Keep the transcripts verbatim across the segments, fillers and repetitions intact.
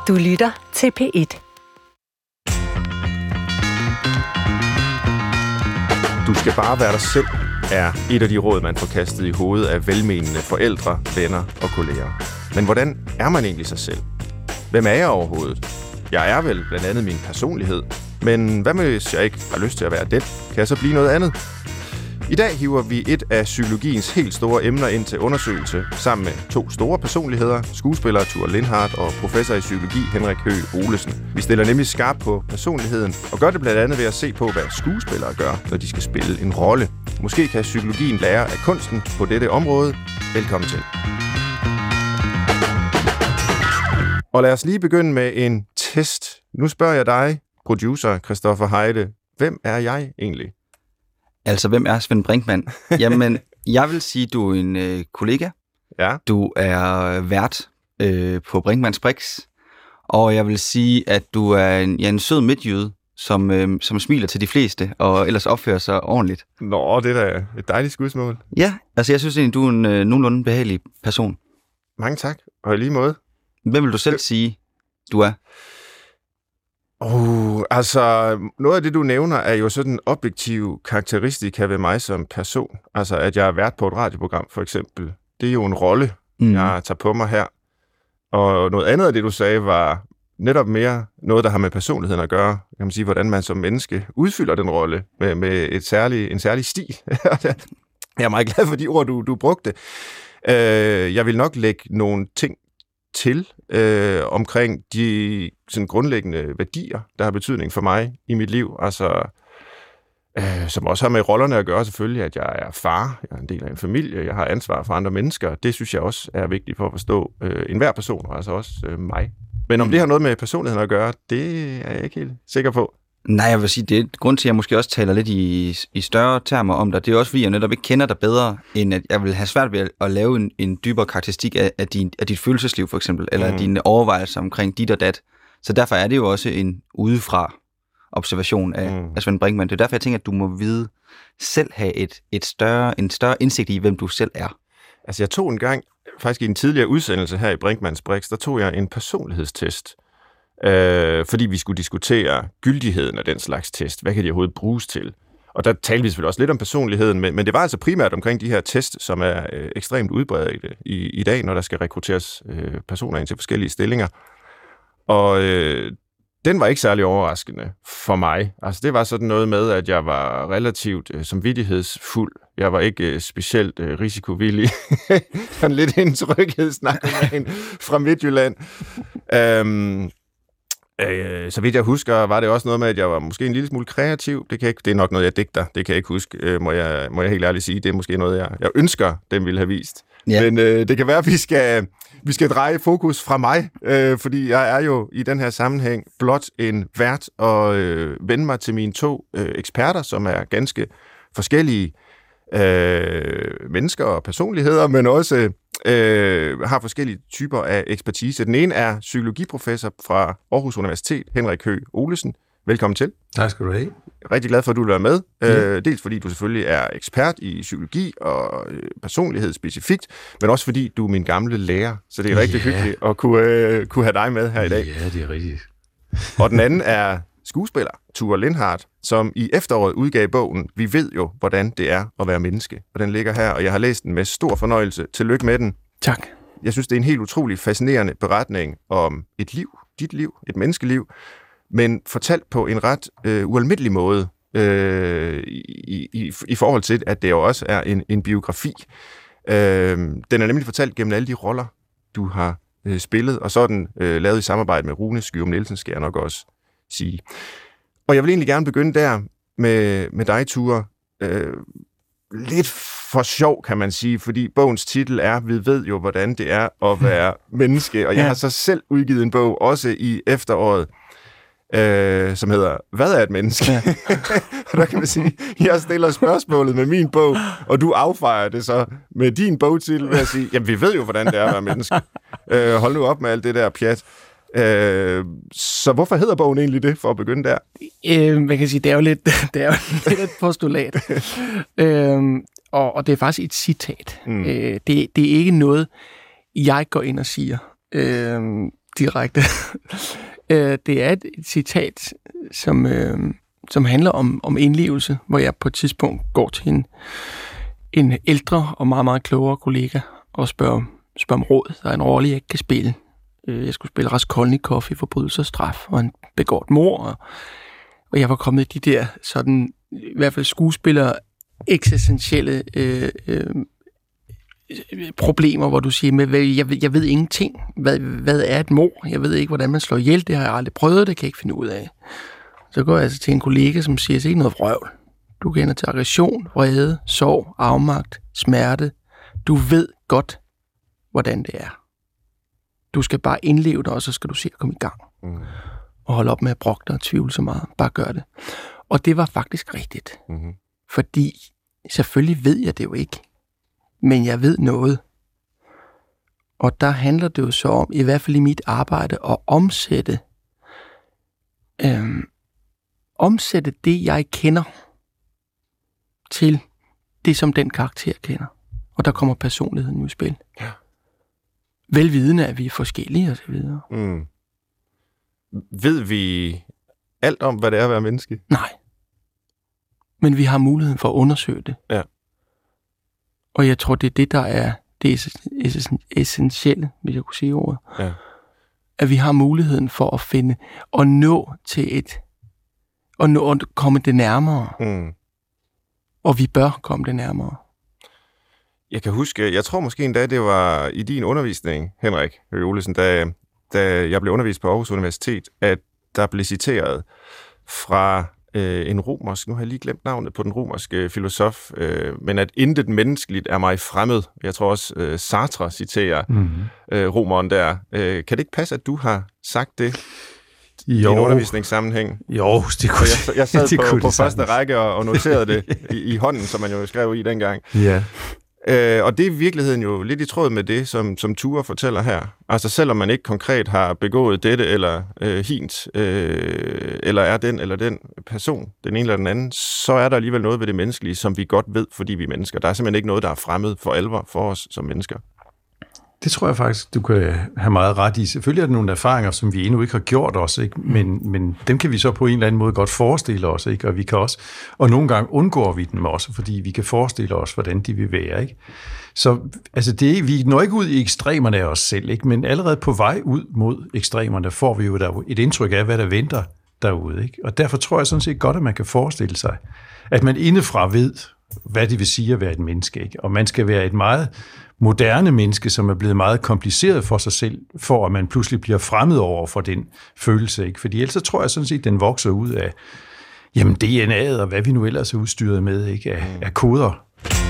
Du lytter til P et. Du skal bare være dig selv, er et af de råd, man får kastet i hovedet af velmenende forældre, venner og kolleger. Men hvordan er man egentlig sig selv? Hvem er jeg overhovedet? Jeg er vel blandt andet min personlighed. Men hvad med, hvis jeg ikke har lyst til at være den? Kan jeg så blive noget andet? I dag hiver vi et af psykologiens helt store emner ind til undersøgelse, sammen med to store personligheder, skuespiller Thure Lindhardt og professor i psykologi Henrik Høegh Olesen. Vi stiller nemlig skarpt på personligheden, og gør det blandt andet ved at se på, hvad skuespillere gør, når de skal spille en rolle. Måske kan psykologien lære af kunsten på dette område. Velkommen til. Og lad os lige begynde med en test. Nu spørger jeg dig, producer Christoffer Heide. Hvem er jeg egentlig? Altså, hvem er Svend Brinkmann? Jamen, jeg vil sige, du er en øh, kollega. Ja. Du er vært øh, på Brinkmanns Brix. Og jeg vil sige, at du er en, ja, en sød midtjyde, som, øh, som smiler til de fleste, og ellers opfører sig ordentligt. Nå, det er da et dejligt skudsmål. Ja, altså jeg synes egentlig, du er en øh, nogenlunde behagelig person. Mange tak, og i lige måde. Hvem vil du selv sige, du er? Oh, altså, noget af det, du nævner, er jo sådan objektive karakteristika ved mig som person. Altså, at jeg er vært på et radioprogram, for eksempel. Det er jo en rolle, mm. jeg tager på mig her. Og noget andet af det, du sagde, var netop mere noget, der har med personligheden at gøre. Kan man sige, hvordan man som menneske udfylder den rolle med, med et særlig, en særlig stil. Jeg er meget glad for de ord, du, du brugte. Jeg vil nok lægge nogle ting til øh, omkring de sådan grundlæggende værdier, der har betydning for mig i mit liv. Altså, øh, som også har med rollerne at gøre selvfølgelig, at jeg er far, jeg er en del af en familie, jeg har ansvar for andre mennesker. Det synes jeg også er vigtigt for at forstå øh, enhver person, og altså også øh, mig. Men om mm. det har noget med personligheden at gøre, det er jeg ikke helt sikker på. Nej, jeg vil sige, det er grund til, at jeg måske også taler lidt i, i større termer om dig. Det er også, fordi jeg netop ikke kender dig bedre, end at jeg vil have svært ved at, at lave en, en dybere karakteristik af, af, din, af dit følelsesliv, for eksempel, eller mm. dine overvejelser omkring dit og dat. Så derfor er det jo også en udefra observation af, mm. af Svend Brinkmann. Det er derfor, jeg tænker, at du må vide, selv have et, et større, en større indsigt i, hvem du selv er. Altså, jeg tog en gang, faktisk i en tidligere udsendelse her i Brinkmanns Brix, der tog jeg en personlighedstest. Øh, fordi vi skulle diskutere gyldigheden af den slags test. Hvad kan de overhovedet bruges til? Og der talte vi selvfølgelig også lidt om personligheden, men, men det var altså primært omkring de her test, som er øh, ekstremt udbredte i, i dag, når der skal rekrutteres øh, personer ind til forskellige stillinger. Og øh, den var ikke særlig overraskende for mig. Altså det var sådan noget med, at jeg var relativt øh, samvittighedsfuld. Jeg var ikke øh, specielt øh, risikovillig. Sådan lidt en tryghedsnarkoman fra Midtjylland. øhm, Øh, så vidt jeg husker, var det også noget med, at jeg var måske en lille smule kreativ. Det, kan ikke, det er nok noget, jeg digter. Det kan jeg ikke huske, øh, må, jeg, må jeg helt ærligt sige. Det er måske noget, jeg, jeg ønsker, den ville have vist. Ja. Men øh, det kan være, at vi skal, vi skal dreje fokus fra mig, øh, fordi jeg er jo i den her sammenhæng blot en vært og øh, vende mig til mine to øh, eksperter, som er ganske forskellige øh, mennesker og personligheder, men også Øh, har forskellige typer af ekspertise. Den ene er psykologiprofessor fra Aarhus Universitet, Henrik Høegh Olesen. Velkommen til. Tak skal du have. Rigtig glad for, at du vil være med. Ja. Øh, dels fordi du selvfølgelig er ekspert i psykologi og øh, personlighed specifikt, men også fordi du er min gamle lærer. Så det er rigtig ja. hyggeligt at kunne, øh, kunne have dig med her i dag. Ja, det er rigtigt. Og den anden er skuespiller, Thure Lindhardt, som i efteråret udgav bogen Vi ved jo, hvordan det er at være menneske. Og den ligger her, og jeg har læst den med stor fornøjelse. Tillykke med den. Tak. Jeg synes, det er en helt utrolig fascinerende beretning om et liv, dit liv, et menneskeliv, men fortalt på en ret øh, ualmindelig måde øh, i, i, i forhold til, at det jo også er en, en biografi. Øh, den er nemlig fortalt gennem alle de roller, du har øh, spillet, og så er den øh, lavet i samarbejde med Rune Skyum Nielsen, skal jeg nok også sige. Og jeg vil egentlig gerne begynde der med, med dig, Thure. Øh, lidt for sjov, kan man sige, fordi bogens titel er Vi ved jo, hvordan det er at være menneske. Og jeg ja. har så selv udgivet en bog, også i efteråret, øh, som hedder Hvad er et menneske? Ja. Og der kan man sige, jeg stiller spørgsmålet med min bog, og du affejer det så med din bogtitel ved at sige, jamen vi ved jo, hvordan det er at være menneske. Øh, hold nu op med alt det der pjat. Øh, så hvorfor hedder bogen egentlig det, for at begynde der? Øh, man kan sige, det er jo lidt, det er jo lidt et postulat. øh, og, og det er faktisk et citat. Mm. Øh, det, det er ikke noget, jeg går ind og siger. Øh, direkte. øh, det er et, et citat, som, øh, som handler om, om indlevelse, hvor jeg på et tidspunkt går til en, en ældre og meget, meget klogere kollega og spørger, spørger om råd. Der er en rolle, jeg ikke kan spille. Jeg skulle spille Raskolnikov i Forbrydelse og Straf, og han begår et mord, og, og jeg var kommet i de der sådan, i hvert fald skuespillere, eksistentielle øh, øh, problemer, hvor du siger, med, jeg, jeg ved ingenting. Hvad, hvad er et mord? Jeg ved ikke, hvordan man slår ihjel. Det har jeg aldrig prøvet, det kan jeg ikke finde ud af. Så går jeg altså til en kollega, som siger, ikke noget vrøvl. Du kender til aggression, vrede, sorg, afmagt, smerte. Du ved godt, hvordan det er. Du skal bare indleve det, og så skal du se at komme i gang. Mm. Og holde op med at brokke dig og tvivle så meget. Bare gør det. Og det var faktisk rigtigt. Mm-hmm. Fordi selvfølgelig ved jeg det jo ikke. Men jeg ved noget. Og der handler det jo så om, i hvert fald i mit arbejde, at omsætte, øhm, omsætte det, jeg kender, til det, som den karakter kender. Og der kommer personligheden i spil. Ja. Velvidende, at vi er forskellige og så videre. Mm. Ved vi alt om, hvad det er at være menneske? Nej. Men vi har muligheden for at undersøge det. Ja. Og jeg tror, det er det, der er det essentielle, hvis jeg kunne sige ordet. Ja. At vi har muligheden for at finde og nå til et og nå at komme det nærmere. Mm. Og vi bør komme det nærmere. Jeg kan huske, jeg tror måske endda, det var i din undervisning, Henrik Høgh Olesen, da, da jeg blev undervist på Aarhus Universitet, at der blev citeret fra øh, en romersk, nu har jeg lige glemt navnet på den romerske filosof, øh, men at intet menneskeligt er mig fremmed. Jeg tror også, øh, Sartre citerer mm-hmm. øh, romeren der. Øh, kan det ikke passe, at du har sagt det jo. I en undervisningssammenhæng? Jo, det kunne jeg, jeg sad det på, på første række og, og noterede det i, i hånden, som man jo skrev i dengang. Ja. Øh, og det er i virkeligheden jo lidt i tråd med det, som, som Ture fortæller her. Altså selvom man ikke konkret har begået dette eller øh, hint, øh, eller er den eller den person, den ene eller den anden, så er der alligevel noget ved det menneskelige, som vi godt ved, fordi vi er mennesker. Der er simpelthen ikke noget, der er fremmed for alvor for os som mennesker. Det tror jeg faktisk, du kan have meget ret i. Selvfølgelig er der nogle erfaringer, som vi endnu ikke har gjort os, ikke? Men, men dem kan vi så på en eller anden måde godt forestille os, ikke? Og vi kan også, og nogle gange undgår vi dem også, fordi vi kan forestille os, hvordan de vil være, ikke? Så altså det, vi når ikke ud i ekstremerne af os selv, ikke? Men allerede på vej ud mod ekstremerne får vi jo der et indtryk af, hvad der venter derude, ikke? Og derfor tror jeg sådan set godt, at man kan forestille sig, at man indefra ved, hvad det vil sige at være et menneske, ikke? Og man skal være et meget moderne menneske, som er blevet meget kompliceret for sig selv, for at man pludselig bliver fremmed over for den følelse, ikke? Fordi ellers så tror jeg sådan set, den vokser ud af jamen D N A'et og hvad vi nu ellers er udstyret med, ikke? Af, af koder.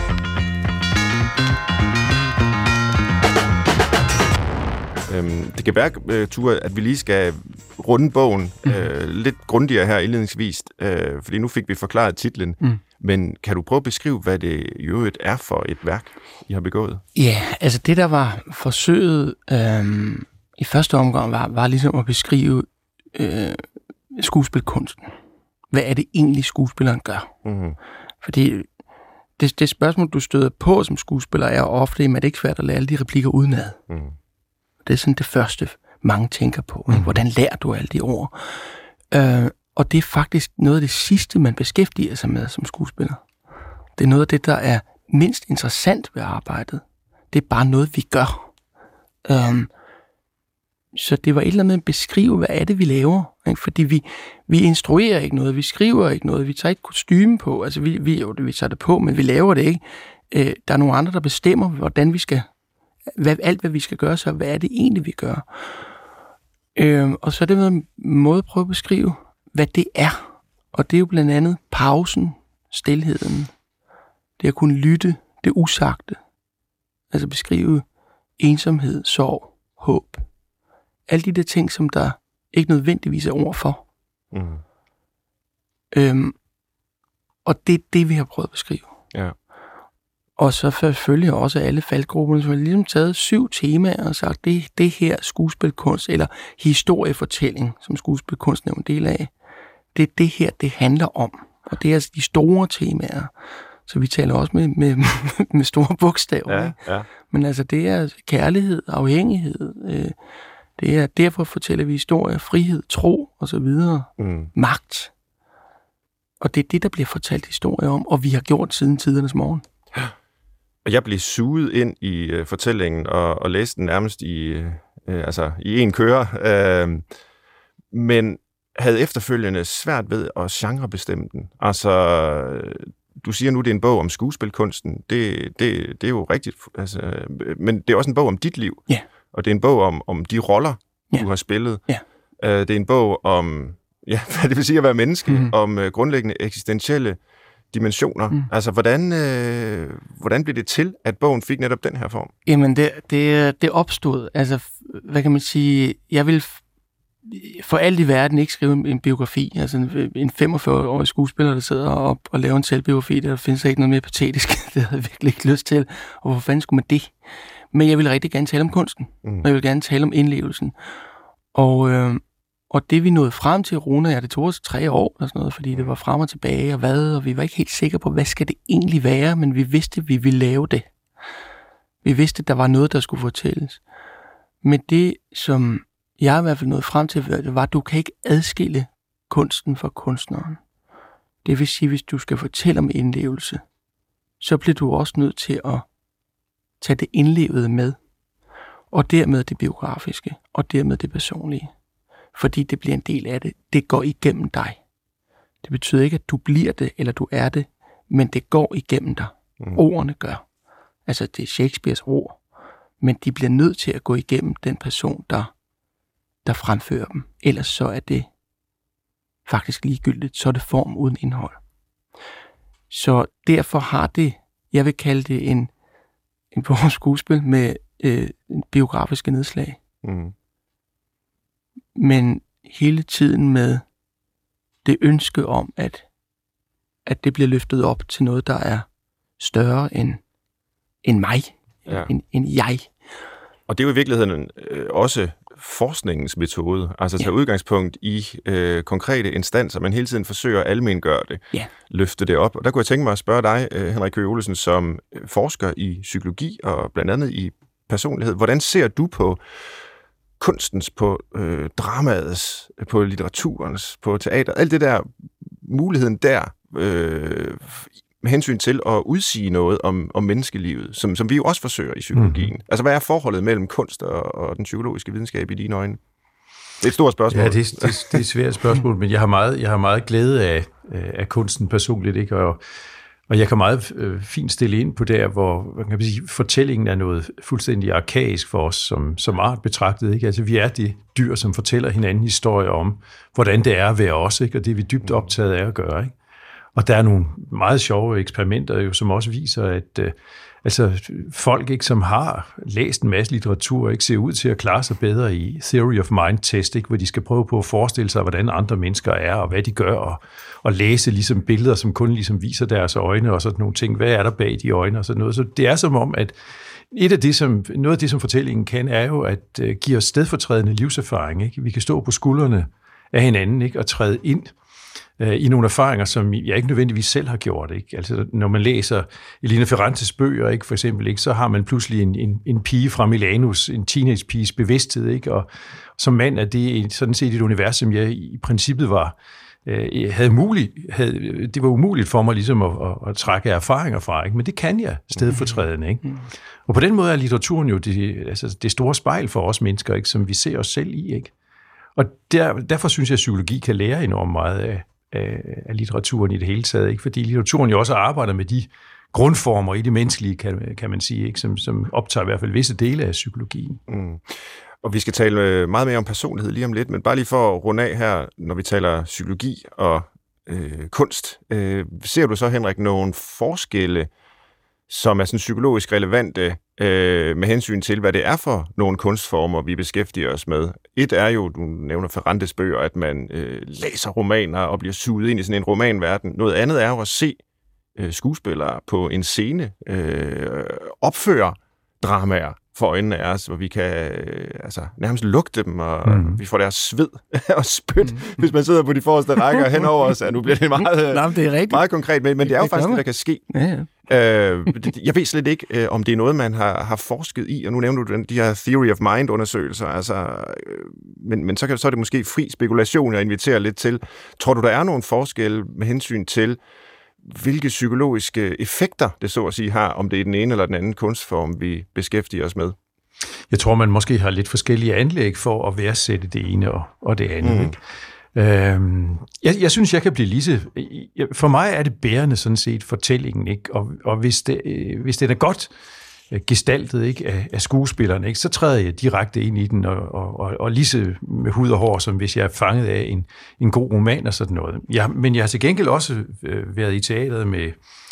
Øhm, det kan være, Ture, at vi lige skal runde bogen mm. øh, lidt grundigere her indledningsvis, øh, fordi nu fik vi forklaret titlen. Mm. Men kan du prøve at beskrive, hvad det i øvrigt er for et værk, I har begået? Ja, altså det, der var forsøget øhm, i første omgang, var, var ligesom at beskrive øh, skuespilkunsten. Hvad er det egentlig, skuespilleren gør? Mm-hmm. Fordi det, det spørgsmål, du støder på som skuespiller, er ofte, at det ikke er svært at lære alle de replikker udenad. Mm. Det er sådan det første, mange tænker på. Mm. Hvordan lærer du alle de ord? Øh, Og det er faktisk noget af det sidste, man beskæftiger sig med som skuespiller. Det er noget af det, der er mindst interessant ved arbejdet. Det er bare noget, vi gør. Um, så det var et eller andet med at beskrive, hvad er det, vi laver. Ikke? Fordi vi, vi instruerer ikke noget, vi skriver ikke noget, vi tager ikke kostyme på. Altså, vi, vi, jo, vi tager det på, men vi laver det ikke. Uh, der er nogle andre, der bestemmer, hvordan vi skal, hvad, alt, hvad vi skal gøre, så hvad er det egentlig, vi gør. Uh, og så er det med en måde at prøve at beskrive, hvad det er. Og det er jo blandt andet pausen, stilheden, det at kunne lytte, det usagte. Altså beskrive ensomhed, sorg, håb. Alle de der ting, som der ikke nødvendigvis er ord for. Mm. Øhm, og det er det, vi har prøvet at beskrive. Ja. Og så selvfølgelig også alle faldgrupperne, som har ligesom taget syv temaer og sagt, det, det her skuespilkunst, eller historiefortælling, som skuespilkunsten er en del af, det er det her, det handler om. Og det er altså de store temaer. Så vi taler også med, med, med store bogstaver. Ja, ja. Men altså, det er kærlighed, afhængighed, øh, Det er derfor fortæller vi historier, frihed, tro og så videre. Mm. Magt. Og det er det, der bliver fortalt historier om, og vi har gjort siden tidernes morgen. Og jeg blev suget ind i øh, fortællingen og, og læste den nærmest i, øh, altså, i en køre, øh, men havde efterfølgende svært ved at genrebestemme den. Altså, du siger nu, det er en bog om skuespilkunsten. Det, det, det er jo rigtigt, altså, men det er også en bog om dit liv. Ja. Og det er en bog om, om de roller, ja. du har spillet. Ja. Uh, det er en bog om, ja, hvad det vil sige at være menneske, mm. om uh, grundlæggende eksistentielle dimensioner. Mm. Altså, hvordan, øh, hvordan blev det til, at bogen fik netop den her form? Jamen, det, det, det opstod. Altså, hvad kan man sige? Jeg vil for alt i verden ikke skrive en biografi. Altså, en, en femogfyrre-årig skuespiller, der sidder op og laver en selvbiografi, der findes ikke noget mere patetisk. Det havde jeg virkelig ikke lyst til. Og hvor fanden skulle man det? Men jeg vil rigtig gerne tale om kunsten. Mm. Og jeg vil gerne tale om indlevelsen. Og... Øh, Og det vi nåede frem til, Rune, ja, det tog os tre år og sådan noget, fordi det var frem og tilbage og hvad, og vi var ikke helt sikre på, hvad skal det egentlig være, men vi vidste, at vi ville lave det. Vi vidste, at der var noget, der skulle fortælles. Men det, som jeg i hvert fald nåede frem til, det var, at du kan ikke adskille kunsten fra kunstneren. Det vil sige, hvis du skal fortælle om indlevelse, så bliver du også nødt til at tage det indlevede med, og dermed det biografiske, og dermed det personlige. Fordi det bliver en del af det. Det går igennem dig. Det betyder ikke, at du bliver det, eller du er det, men det går igennem dig. Mm. Ordene gør. Altså, det er Shakespeares ord, men de bliver nødt til at gå igennem den person, der, der fremfører dem. Ellers så er det faktisk ligegyldigt. Så er det form uden indhold. Så derfor har det, jeg vil kalde det en, en bog om skuespil med øh, biografiske nedslag. Mm. Men hele tiden med det ønske om, at, at det bliver løftet op til noget, der er større end, end mig, ja. end, end jeg. Og det er jo i virkeligheden øh, også forskningens metode, altså tage ja. udgangspunkt i øh, konkrete instanser, men hele tiden forsøger at almengøre det, ja. løfte det op. Og der kunne jeg tænke mig at spørge dig, øh, Henrik Køge Olesen, som forsker i psykologi og blandt andet i personlighed. Hvordan ser du på kunstens, på øh, dramaets, på litteraturens, på teater, alt det der, muligheden der, øh, med hensyn til at udsige noget om, om menneskelivet, som, som vi jo også forsøger i psykologien. Mm. Altså, hvad er forholdet mellem kunst og, og den psykologiske videnskab i dine øjne? Det er et stort spørgsmål. Ja, det, det, det er et svært spørgsmål, men jeg har meget, jeg har meget glæde af, af kunsten personligt, ikke? Og, og jeg kan meget øh, fint stille ind på der, hvor man kan sige, fortællingen er noget fuldstændig arkaisk for os som, som art betragtet. Ikke? Altså, vi er de dyr, som fortæller hinanden historier om, hvordan det er at være os, ikke? Og det er vi dybt optaget af at gøre. Ikke? Og der er nogle meget sjove eksperimenter, jo, som også viser, at øh, altså, folk, ikke, som har læst en masse litteratur, ikke, ser ud til at klare sig bedre i Theory of Mind Test, ikke, hvor de skal prøve på at forestille sig, hvordan andre mennesker er, og hvad de gør, og, og læse ligesom billeder, som kun ligesom viser deres øjne, og sådan nogle ting. Hvad er der bag de øjne, og sådan noget. Så det er som om, at et af det, som, noget af det, som fortællingen kan, er jo at uh, give os stedfortrædende livserfaring. Ikke? Vi kan stå på skuldrene af hinanden, ikke, og træde ind i nogle erfaringer, som jeg ikke nødvendigvis selv har gjort. Ikke? Altså, når man læser Elena Ferrantes bøger, ikke, for eksempel, ikke, så har man pludselig en, en, en pige fra Milanus, en teenagepiges bevidsthed, ikke? Og som mand er det sådan set et univers, som jeg i princippet var, øh, havde muligt, havde, det var umuligt for mig ligesom at, at, at trække erfaringer fra, ikke? Men det kan jeg stedfortrædende. Ikke? Og på den måde er litteraturen jo det, altså det store spejl for os mennesker, ikke? Som vi ser os selv i. Ikke? Og der, derfor synes jeg, at psykologi kan lære enormt meget af af litteraturen i det hele taget, ikke? Fordi litteraturen jo også arbejder med de grundformer i det menneskelige, kan, kan man sige, ikke? Som, som optager i hvert fald visse dele af psykologien. Mm. Og vi skal tale meget mere om personlighed lige om lidt, men bare lige for at runde af her, når vi taler psykologi og øh, kunst, øh, ser du så, Henrik, nogle forskelle, som er sådan psykologisk relevante øh, med hensyn til, hvad det er for nogle kunstformer, vi beskæftiger os med. Et er jo, du nævner Ferrantes bøger, at man øh, læser romaner og bliver suget ind i sådan en romanverden. Noget andet er jo at se øh, skuespillere på en scene øh, opføre dramaer, for øjnene af os, hvor vi kan øh, altså, nærmest lugte dem, og mm. vi får deres sved og spyt, mm. hvis man sidder på de forreste rækker henover os. Ja, nu bliver det meget, Nej, det er meget konkret, men, men det er jo det faktisk det, der kan ske. Ja, ja. Øh, jeg ved slet ikke, øh, om det er noget, man har, har forsket i, og nu nævner du den, de her theory of mind-undersøgelser, altså, øh, men, men så, kan, så er det måske fri spekulation, jeg inviterer lidt til. Tror du, der er nogle forskelle med hensyn til, hvilke psykologiske effekter det så at sige har, om det er den ene eller den anden kunstform, vi beskæftiger os med? Jeg tror, man måske har lidt forskellige anlæg for at værdsætte det ene og, og det andet. Mm. Ikke? Øhm, jeg, jeg synes, jeg kan blive lige så... For mig er det bærende sådan set fortællingen, ikke? Og, og hvis, det, hvis det er godt gestaltet, ikke, af, af skuespillerne, ikke, så træder jeg direkte ind i den, og, og, og lige så med hud og hår, som hvis jeg er fanget af en, en god roman og sådan noget. Jeg, men jeg har til gengæld også øh, været i teatret med,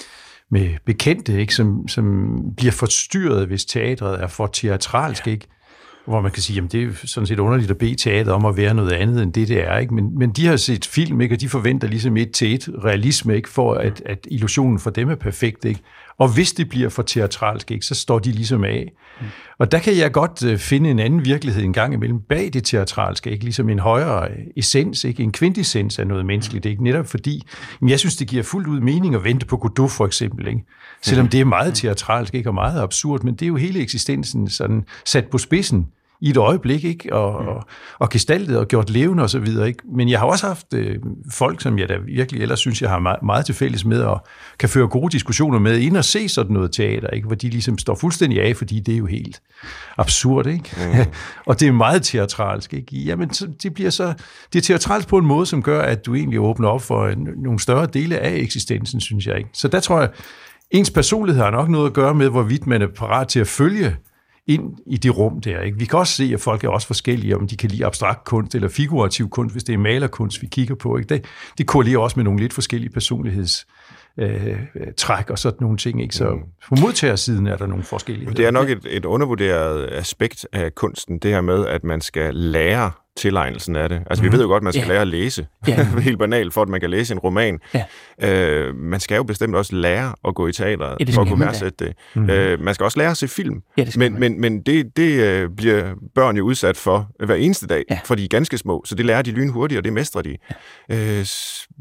med bekendte, ikke, som, som bliver forstyrret, hvis teatret er for teatralsk, ikke? Hvor man kan sige, jamen det er sådan set underligt at bede teatret om at være noget andet end det, det er, ikke? Men, men de har set film, ikke, og de forventer ligesom et til et realisme, ikke, for at, at illusionen for dem er perfekt, ikke? Og hvis det bliver for teatralsk, ikke, så står de ligesom af. Mm. Og der kan jeg godt uh, finde en anden virkelighed en gang imellem bag det teatralske, ikke? Ligesom en højere essens, ikke? En kvintessens af noget menneskeligt, ikke? Netop fordi, men jeg synes, det giver fuldt ud mening at vente på Godot for eksempel, ikke? Selvom det er meget teatralsk, ikke? Og meget absurd, men det er jo hele eksistensen sådan sat på spidsen i et øjeblik, ikke? Og, mm. og, og gestaltet og gjort levende og så videre, ikke? Men jeg har også haft øh, folk, som jeg da virkelig ellers synes, jeg har meget, meget til fælles med, og kan føre gode diskussioner med, ind og se sådan noget teater, ikke? Hvor de ligesom står fuldstændig af, fordi det er jo helt absurd, ikke? Mm. Og det er meget teatralsk, ikke? Jamen, det bliver så, det er teatralsk på en måde, som gør, at du egentlig åbner op for en, nogle større dele af eksistensen, synes jeg, ikke? Så der tror jeg, ens personlighed har nok noget at gøre med, hvorvidt man er parat til at følge ind i det rum der, ikke? Vi kan også se, at folk er også forskellige, om de kan lide abstrakt kunst eller figurativ kunst, hvis det er malerkunst, vi kigger på, ikke? Det, det korrelerer også med nogle lidt forskellige personligheds øh, træk og sådan nogle ting, ikke? Så på modtagersiden er der nogle forskellige. Det er nok et, et undervurderet aspekt af kunsten, det her med, at man skal lære tilegnelsen af det. Altså, mm. vi ved jo godt, at man skal yeah. lære at læse. Yeah. Helt banalt, for at man kan læse en roman. Yeah. Øh, man skal jo bestemt også lære at gå i teateret, ja, for at kunne værdsætte det. Mm. Øh, man skal også lære at se film. Ja, det men men, men det, det uh, bliver børn jo udsat for hver eneste dag, ja. For de er ganske små, så det lærer de lynhurtigt, og det mestrer de. Ja. Øh,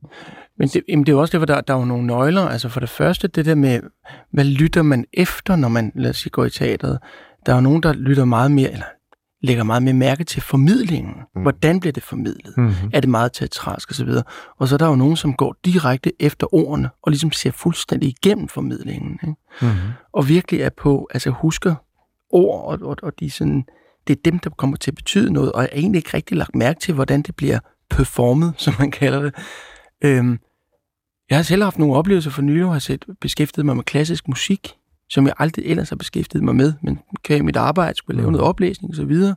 men det, jamen det er jo også det, hvor der, der er jo nogle nøgler. Altså for det første, det der med, hvad lytter man efter, når man, lad os sige, går i teateret. Der er jo nogen, der lytter meget mere, eller lægger meget mere mærke til formidlingen. Mm. Hvordan bliver det formidlet? Mm-hmm. Er det meget teatralsk og så videre? Og så er der jo nogen, som går direkte efter ordene, og ligesom ser fuldstændig igennem formidlingen. Ikke? Mm-hmm. Og virkelig er på, altså husker ord, og, og, og de sådan, det er dem, der kommer til at betyde noget, og jeg har egentlig ikke rigtig lagt mærke til, hvordan det bliver performet, som man kalder det. Øhm, jeg har selv haft nogle oplevelser for nylig, og har set, beskæftiget mig med klassisk musik, som jeg aldrig ellers har beskæftiget mig med, men kan i mit arbejde skulle lave noget oplæsning og så videre.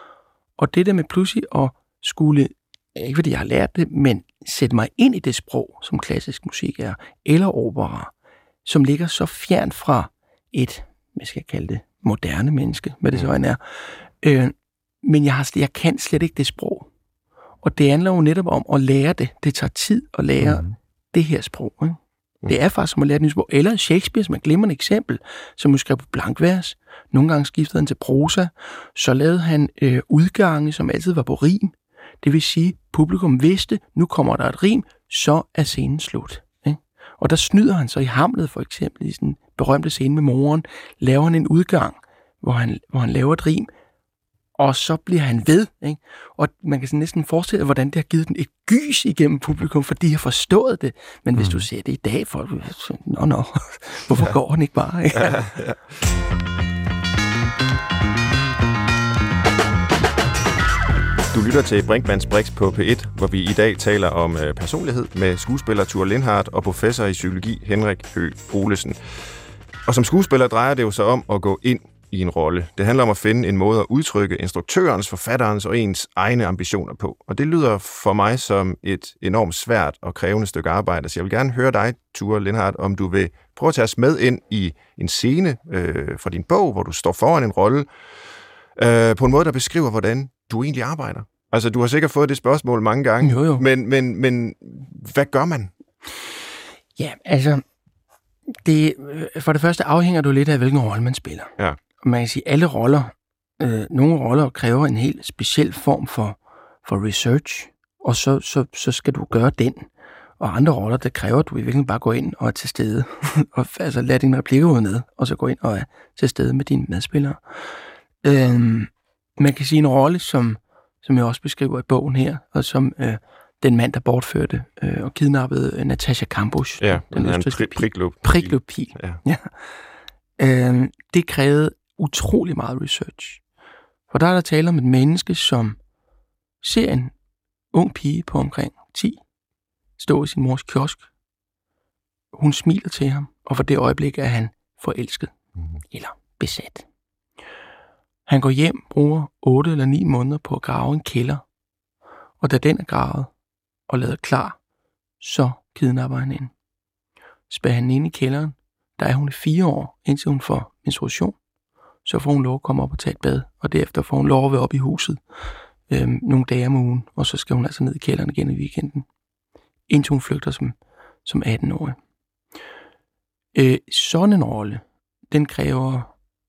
Og det der med pludselig at skulle, ikke fordi jeg har lært det, men sætte mig ind i det sprog, som klassisk musik er, eller opera, som ligger så fjern fra et, hvad skal jeg kalde det, moderne menneske, hvad det så end er. Øh, men jeg, har, jeg kan slet ikke det sprog. Og det handler jo netop om at lære det. Det tager tid at lære mm. det her sprog, ikke? Det er faktisk som at lære et nyt sprog. Eller Shakespeare, som er et glimrende eksempel, som jo skrev på blankvers. Nogle gange skiftede han til prosa. Så lavede han øh, udgange, som altid var på rim. Det vil sige, publikum vidste, nu kommer der et rim, så er scenen slut. Ikke? Og der snyder han så i Hamlet, for eksempel, i sådan en berømte scene med moren, laver han en udgang, hvor han, hvor han laver et rim, og så bliver han ved, ikke? Og man kan sådan næsten forestille sig, hvordan det har givet den et gys igennem publikum, fordi de har forstået det. Men mm. hvis du ser det i dag, folk vil sige, nå, nå, hvorfor ja. går han ikke bare? Ikke? Ja, ja. Du lytter til Brinkmanns Brix på P et, hvor vi i dag taler om personlighed med skuespiller Thure Lindhardt og professor i psykologi Henrik Høegh Olesen. Og som skuespiller drejer det jo sig om at gå ind i en rolle. Det handler om at finde en måde at udtrykke instruktørens, forfatterens og ens egne ambitioner på. Og det lyder for mig som et enormt svært og krævende stykke arbejde. Så jeg vil gerne høre dig, Thure Lindhardt, om du vil prøve at tage os med ind i en scene øh, fra din bog, hvor du står foran en rolle, øh, på en måde, der beskriver, hvordan du egentlig arbejder. Altså, du har sikkert fået det spørgsmål mange gange, jo, jo. Men, men, men hvad gør man? Ja, altså, det, for det første afhænger du lidt af, hvilken rolle man spiller. Ja. man kan sige, alle roller, øh, nogle roller kræver en helt speciel form for, for research, og så, så, så skal du gøre den. Og andre roller, der kræver, at du i virkeligheden bare går ind og er til stede. og altså lad dine replikker ud ned, og så gå ind og er til stede med dine medspillere. Øhm, man kan sige en rolle, som, som jeg også beskriver i bogen her, og som øh, den mand, der bortførte øh, og kidnappede øh, Natascha Kampusch. Ja, den østrigske pil. Priklopil. Ja. ja. Øhm, det krævede utrolig meget research. For der er der tale om et menneske, som ser en ung pige på omkring ti, stå i sin mors kiosk. Hun smiler til ham, og for det øjeblik er han forelsket. Mm-hmm. Eller besat. Han går hjem, bruger otte eller ni måneder på at grave en kælder. Og da den er gravet og lavet klar, så kidnapper han hende. Spærrer han ind i kælderen, der er hun i fire år, indtil hun får menstruation. Så får hun lov at komme op og tage et bad, og derefter får hun lov at være oppe i huset øhm, nogle dage om ugen, og så skal hun altså ned i kælderen igen i weekenden, indtil hun flygter som, som atten-årig. Øh, sådan en rolle, den kræver...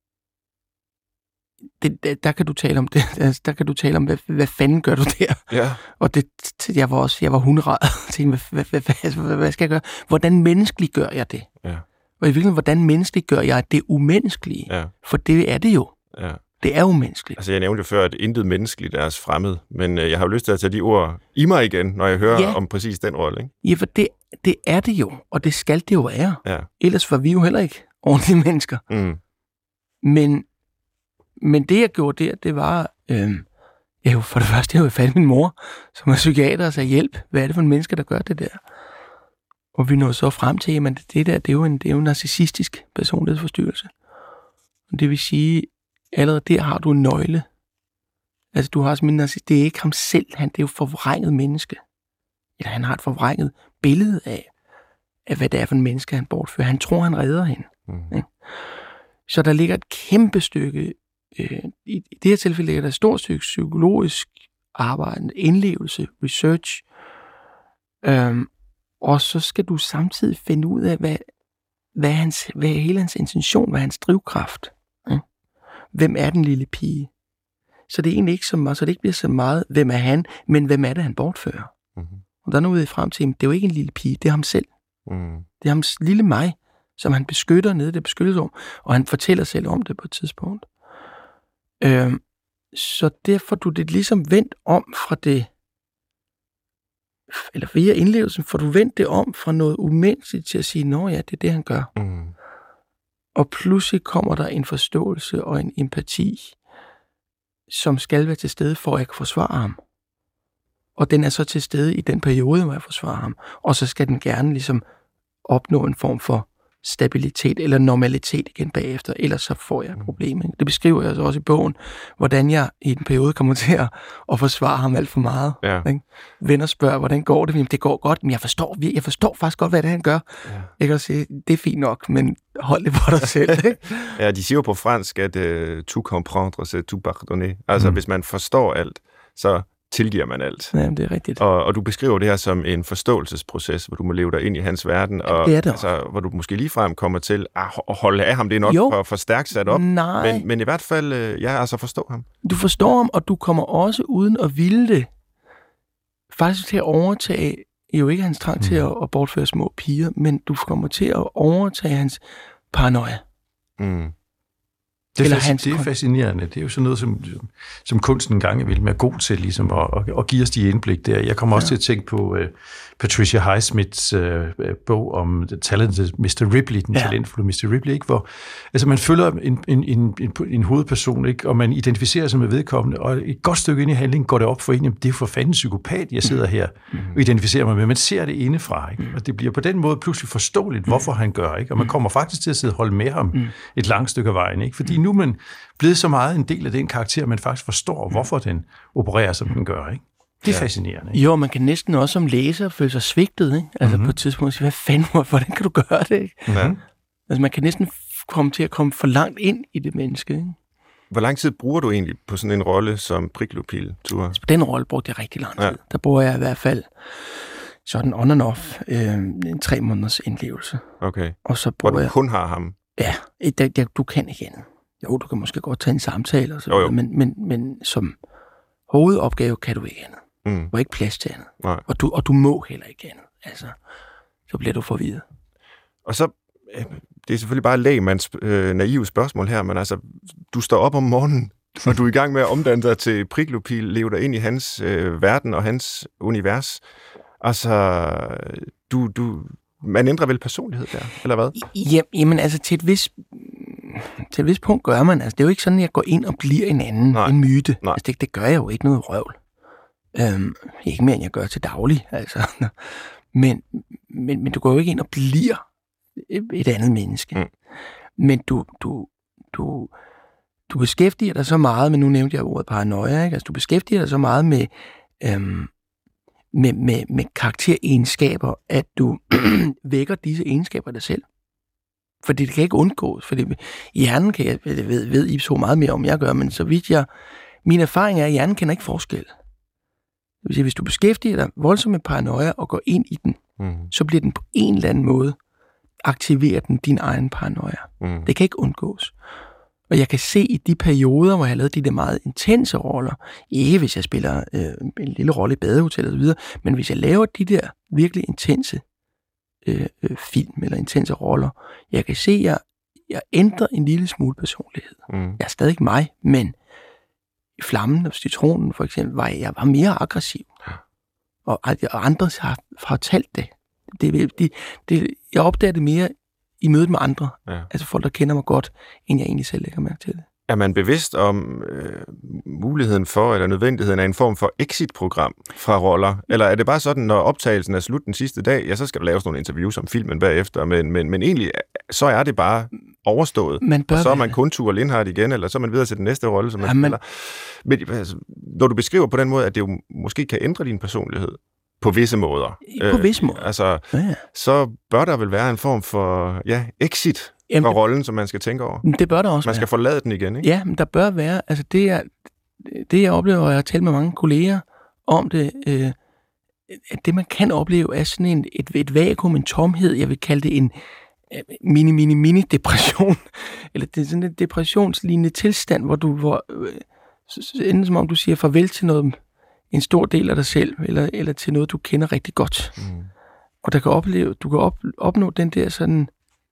Det, der, der kan du tale om det. Der kan du tale om, hvad, hvad fanden gør du der? Ja. Og det, jeg var også, jeg var hundrede. Tænkte, hvad, hvad, hvad, hvad, hvad skal jeg gøre? Hvordan menneskeligt gør jeg det? Ja. Og i virkeligheden, hvordan menneskeligt gør jeg det umenneskelige? Ja. For det er det jo. Ja. Det er umenneskeligt. Altså, jeg nævnte jo før, at intet menneskeligt er os fremmed, men øh, jeg har jo lyst til at tage de ord i mig igen, når jeg hører ja. om præcis den rolle, ikke? Ja, for det, det er det jo, og det skal det jo være. Ja. Ellers var vi jo heller ikke ordentlige mennesker. Mm. Men, men det, jeg gjorde der, det var... Øh, jeg jo for det første, jeg jo fandt min mor, som er psykiater, og sagde, hjælp, hvad er det for en menneske, der gør det der? Og vi nåede så frem til, at det der, det er jo en, det er jo en narcissistisk personlighedsforstyrrelse. Det vil sige, allerede der har du en nøgle. Altså, du har simpelthen narcissist. Det er ikke ham selv, han, det er jo forvrænget menneske. Eller han har et forvrænget billede af, af, hvad det er for en menneske, han bortfører. Han tror, han redder hende. Mm. Ja. Så der ligger et kæmpe stykke, øh, i, i det her tilfælde ligger der et stort stykke psykologisk arbejde, indlevelse, research, øhm, og så skal du samtidig finde ud af, hvad, hvad, hans, hvad er hele hans intention, hvad er hans drivkraft. Ja? Hvem er den lille pige? Så det er egentlig ikke så meget, så det ikke bliver så meget, hvem er han, men hvem er det, han bortfører? Mm-hmm. Og der er noget frem til, det er jo ikke en lille pige, det er ham selv. Mm. Det er hans lille mig, som han beskytter nede i det beskyttelsesrum, og han fortæller selv om det på et tidspunkt. Øhm, så derfor du det ligesom vendt om fra det, eller via indlevelsen, får du vendt det om fra noget umenneskeligt til at sige, nå ja, det er det, han gør. Mm. Og pludselig kommer der en forståelse og en empati, som skal være til stede, for at jeg kan forsvare ham. Og den er så til stede i den periode, hvor jeg forsvarer ham. Og så skal den gerne ligesom opnå en form for stabilitet eller normalitet igen bagefter, ellers så får jeg et problem. Ikke? Det beskriver jeg så også i bogen, hvordan jeg i en periode kommer til at, at forsvare ham alt for meget. Ja. Ikke? Venner spørger, hvordan går det? Jamen, det går godt, men jeg forstår, jeg forstår faktisk godt, hvad det er, han gør. Ja. Jeg kan sige, det er fint nok, men hold det for dig selv. Ikke? Ja, de siger jo på fransk, at uh, tout comprendre, c'est tout pardonner. Altså, mm. hvis man forstår alt, så tilgiver man alt. Ja, det er rigtigt. Og, og du beskriver det her som en forståelsesproces, hvor du må leve dig ind i hans verden, og det det altså, hvor du måske ligefrem kommer til at holde af ham. Det er nok jo. for, for stærkt sat op. Nej. Men, men i hvert fald, ja, altså forstå ham. Du forstår ham, og du kommer også uden at ville det, faktisk til at overtage, jo ikke hans trang mm. til at, at bortføre små piger, men du kommer til at overtage hans paranoia. Mm. Det er, fasc- det er fascinerende. Det er jo sådan noget, som, som kunsten engang vil være god til, ligesom, at, at, at give os de indblik der. Jeg kommer også ja. til at tænke på uh, Patricia Highsmiths uh, bog om talented mister Ripley, den ja. talentfulde mister Ripley, ikke? Hvor altså, man følger en, en, en, en, en hovedperson, ikke? Og man identificerer sig med vedkommende, og et godt stykke ind i handlingen går det op for en, det er for fanden psykopat, jeg sidder her mm. og identificerer mig med. Man ser det indefra, ikke? Og det bliver på den måde pludselig forståeligt, hvorfor han gør, ikke? Og man kommer faktisk til at sidde og holde med ham mm. et langt stykke af vejen, ikke? Fordi nu er man blevet så meget en del af den karakter, at man faktisk forstår, hvorfor den opererer, som den gør, ikke? Det er ja. fascinerende. Ikke? Jo, man kan næsten også som læser føle sig svigtet, ikke? Altså mm-hmm. på et tidspunkt sige, hvad fanden, hvordan kan du gøre det, ikke? Ja. Altså man kan næsten komme til at komme for langt ind i det menneske, ikke? Hvor lang tid bruger du egentlig på sådan en rolle som Priklopil, Ture? Altså på den rolle brugte jeg rigtig lang tid. Ja. Der bruger jeg i hvert fald sådan on and off øh, en tre måneders indlevelse. Okay. Og så bruger Hvor du jeg... kun har ham? Ja, der, der, du kan ikke andet. Jo, du kan måske godt tage en samtale, og så jo, jo. Men, men, men som hovedopgave kan du ikke andet. Mm. Du har ikke plads til andet. Nej. Og du, og du må heller ikke andet. Altså, så bliver du forvirret. Og så, det er selvfølgelig bare lægmands øh, naive spørgsmål her, men altså, du står op om morgenen, og du er i gang med at omdanne dig til Priklopil, leve dig ind i hans øh, verden og hans univers. Altså, du, du, man ændrer vel personlighed der, eller hvad? Jamen, altså, til et vis, til et vis punkt gør man. Altså, det er jo ikke sådan, at jeg går ind og bliver en anden, Nej. en myte. Nej. Altså, det, det gør jeg jo ikke noget røvl. Øhm, ikke mere, end jeg gør til daglig, altså. Men, men, men du går jo ikke ind og bliver et andet menneske. Mm. Men du, du, du, du beskæftiger dig så meget, men nu nævnte jeg ordet paranoia, ikke? Altså, du beskæftiger dig så meget med, øhm, med, med, med karakteregenskaber, at du vækker disse egenskaber dig selv. Fordi det kan ikke undgås. Fordi hjernen kan jeg, jeg ved, ved I så meget mere om, jeg gør, men så vidt jeg, min erfaring er, at hjernen kender ikke forskel. Det vil sige, hvis du beskæftiger dig voldsomt med paranoia og går ind i den, Mm. så bliver den på en eller anden måde, aktiverer den din egen paranoia. Mm. Det kan ikke undgås. Og jeg kan se i de perioder, hvor jeg har lavet de der meget intense roller, ikke hvis jeg spiller øh, en lille rolle i badehotel og så videre, men hvis jeg laver de der virkelig intense øh, øh, film eller intense roller, jeg kan se, at jeg, jeg ændrer en lille smule personlighed. Mm. Jeg er stadig mig, men i Flammen og Citronen for eksempel, var jeg, jeg var mere aggressiv. Og, og andre har fortalt det. Det, det, det. Jeg opdager det mere i mødet med andre. Ja. Altså folk, der kender mig godt, end jeg egentlig selv lægger mærke til det. Er man bevidst om øh, muligheden for, eller nødvendigheden af en form for exit-program fra roller? Eller er det bare sådan, når optagelsen er slut den sidste dag, ja, så skal der laves nogle interviews om filmen bagefter, men, men, men egentlig, så er det bare overstået. Man bør og så er man være. kun Thure Lindhardt igen, eller så er man videre til den næste rolle, som man Ja, man- spiller. Men altså, når du beskriver på den måde, at det jo måske kan ændre din personlighed på visse måder. På visse måder. Altså, Ja, ja. så bør der vel være en form for, ja, exit Jamen, fra det- rollen, som man skal tænke over. Men det bør der også Man skal være. forlade den igen, ikke? Ja, men der bør være. Altså det, jeg, det, jeg oplever, og jeg har talt med mange kolleger om det, øh, at det, man kan opleve, er sådan en, et, et vakuum, en tomhed. Jeg vil kalde det en øh, mini, mini, mini depression. Eller det er sådan en depressionslignende tilstand, hvor du, hvor, øh, så- så enten som om du siger farvel til noget, en stor del af dig selv, eller, eller til noget, du kender rigtig godt. Mm. Og der kan opleve, du kan op, opnå den der sådan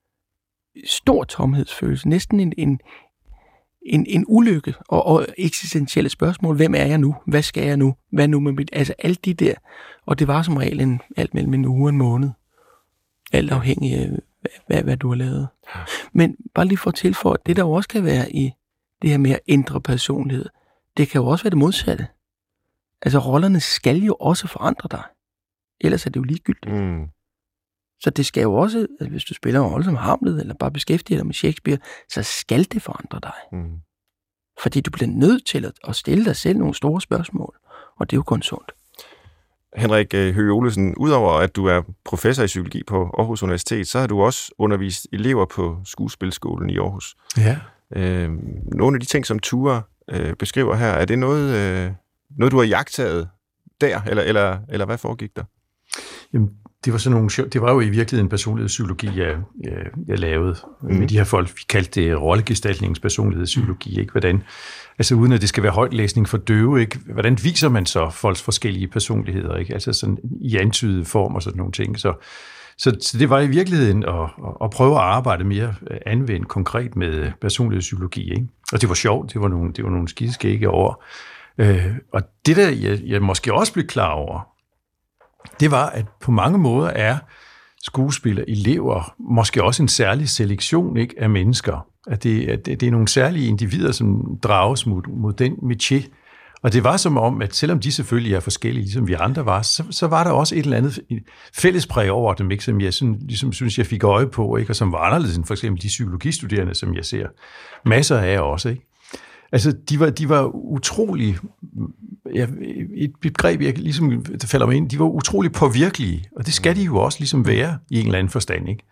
stor tomhedsfølelse, næsten en, en, en, en ulykke og, og eksistentielle spørgsmål. Hvem er jeg nu? Hvad skal jeg nu? Hvad nu med mit? Altså alt de der. Og det var som regel en, alt mellem en uge og en måned. Alt afhængig af, hvad, hvad, hvad du har lavet. Men bare lige for at tilføje, det der jo også kan være i det her med at ændre personlighed, det kan jo også være det modsatte. Altså rollerne skal jo også forandre dig. Ellers er det jo ligegyldigt. Mm. Så det skal jo også, altså hvis du spiller en rolle som Hamlet, eller bare beskæftiger dig med Shakespeare, så skal det forandre dig. Mm. Fordi du bliver nødt til at, at stille dig selv nogle store spørgsmål, og det er jo kun sundt. Henrik Høgh Olesen, udover at du er professor i psykologi på Aarhus Universitet, så har du også undervist elever på skuespilskolen i Aarhus. Ja. Øh, nogle af de ting, som Thure øh, beskriver her, er det noget, øh, noget du har jagtaget der, eller, eller, eller hvad foregik der? Jamen, det var, sådan nogle, sjov- det var jo i virkeligheden personlighedspsykologi, jeg, jeg, jeg lavede mm. med de her folk. Vi kaldte det rollegestaltningens personlighedspsykologi. Ikke? Hvordan, altså uden at det skal være højtlæsning for døve, ikke? Hvordan viser man så folks forskellige personligheder? Ikke? Altså sådan i antydet form og sådan nogle ting. Så, så, så det var i virkeligheden at, at prøve at arbejde mere anvendt konkret med personlighedspsykologi. Ikke? Og det var sjovt. Det var nogle, det var nogle skideskægge år. Øh, og det der, jeg, jeg måske også blev klar over, det var, at på mange måder er skuespillere, elever, måske også en særlig selektion, ikke, af mennesker. At det, at det, det er nogle særlige individer, som drages mod, mod den métier. Og det var som om, at selvom de selvfølgelig er forskellige, ligesom vi andre var, så, så var der også et eller andet fællespræg over dem, ikke, som jeg sådan, ligesom synes, jeg fik øje på, ikke, og som var anderledes end for eksempel de psykologistuderende, som jeg ser masser af også. Ikke? Altså, de var, de var utrolig, ja, et begreb, jeg ligesom, der falder mig ind, de var utrolig påvirkelige, og det skal de jo også ligesom være i en eller anden forstand, ikke?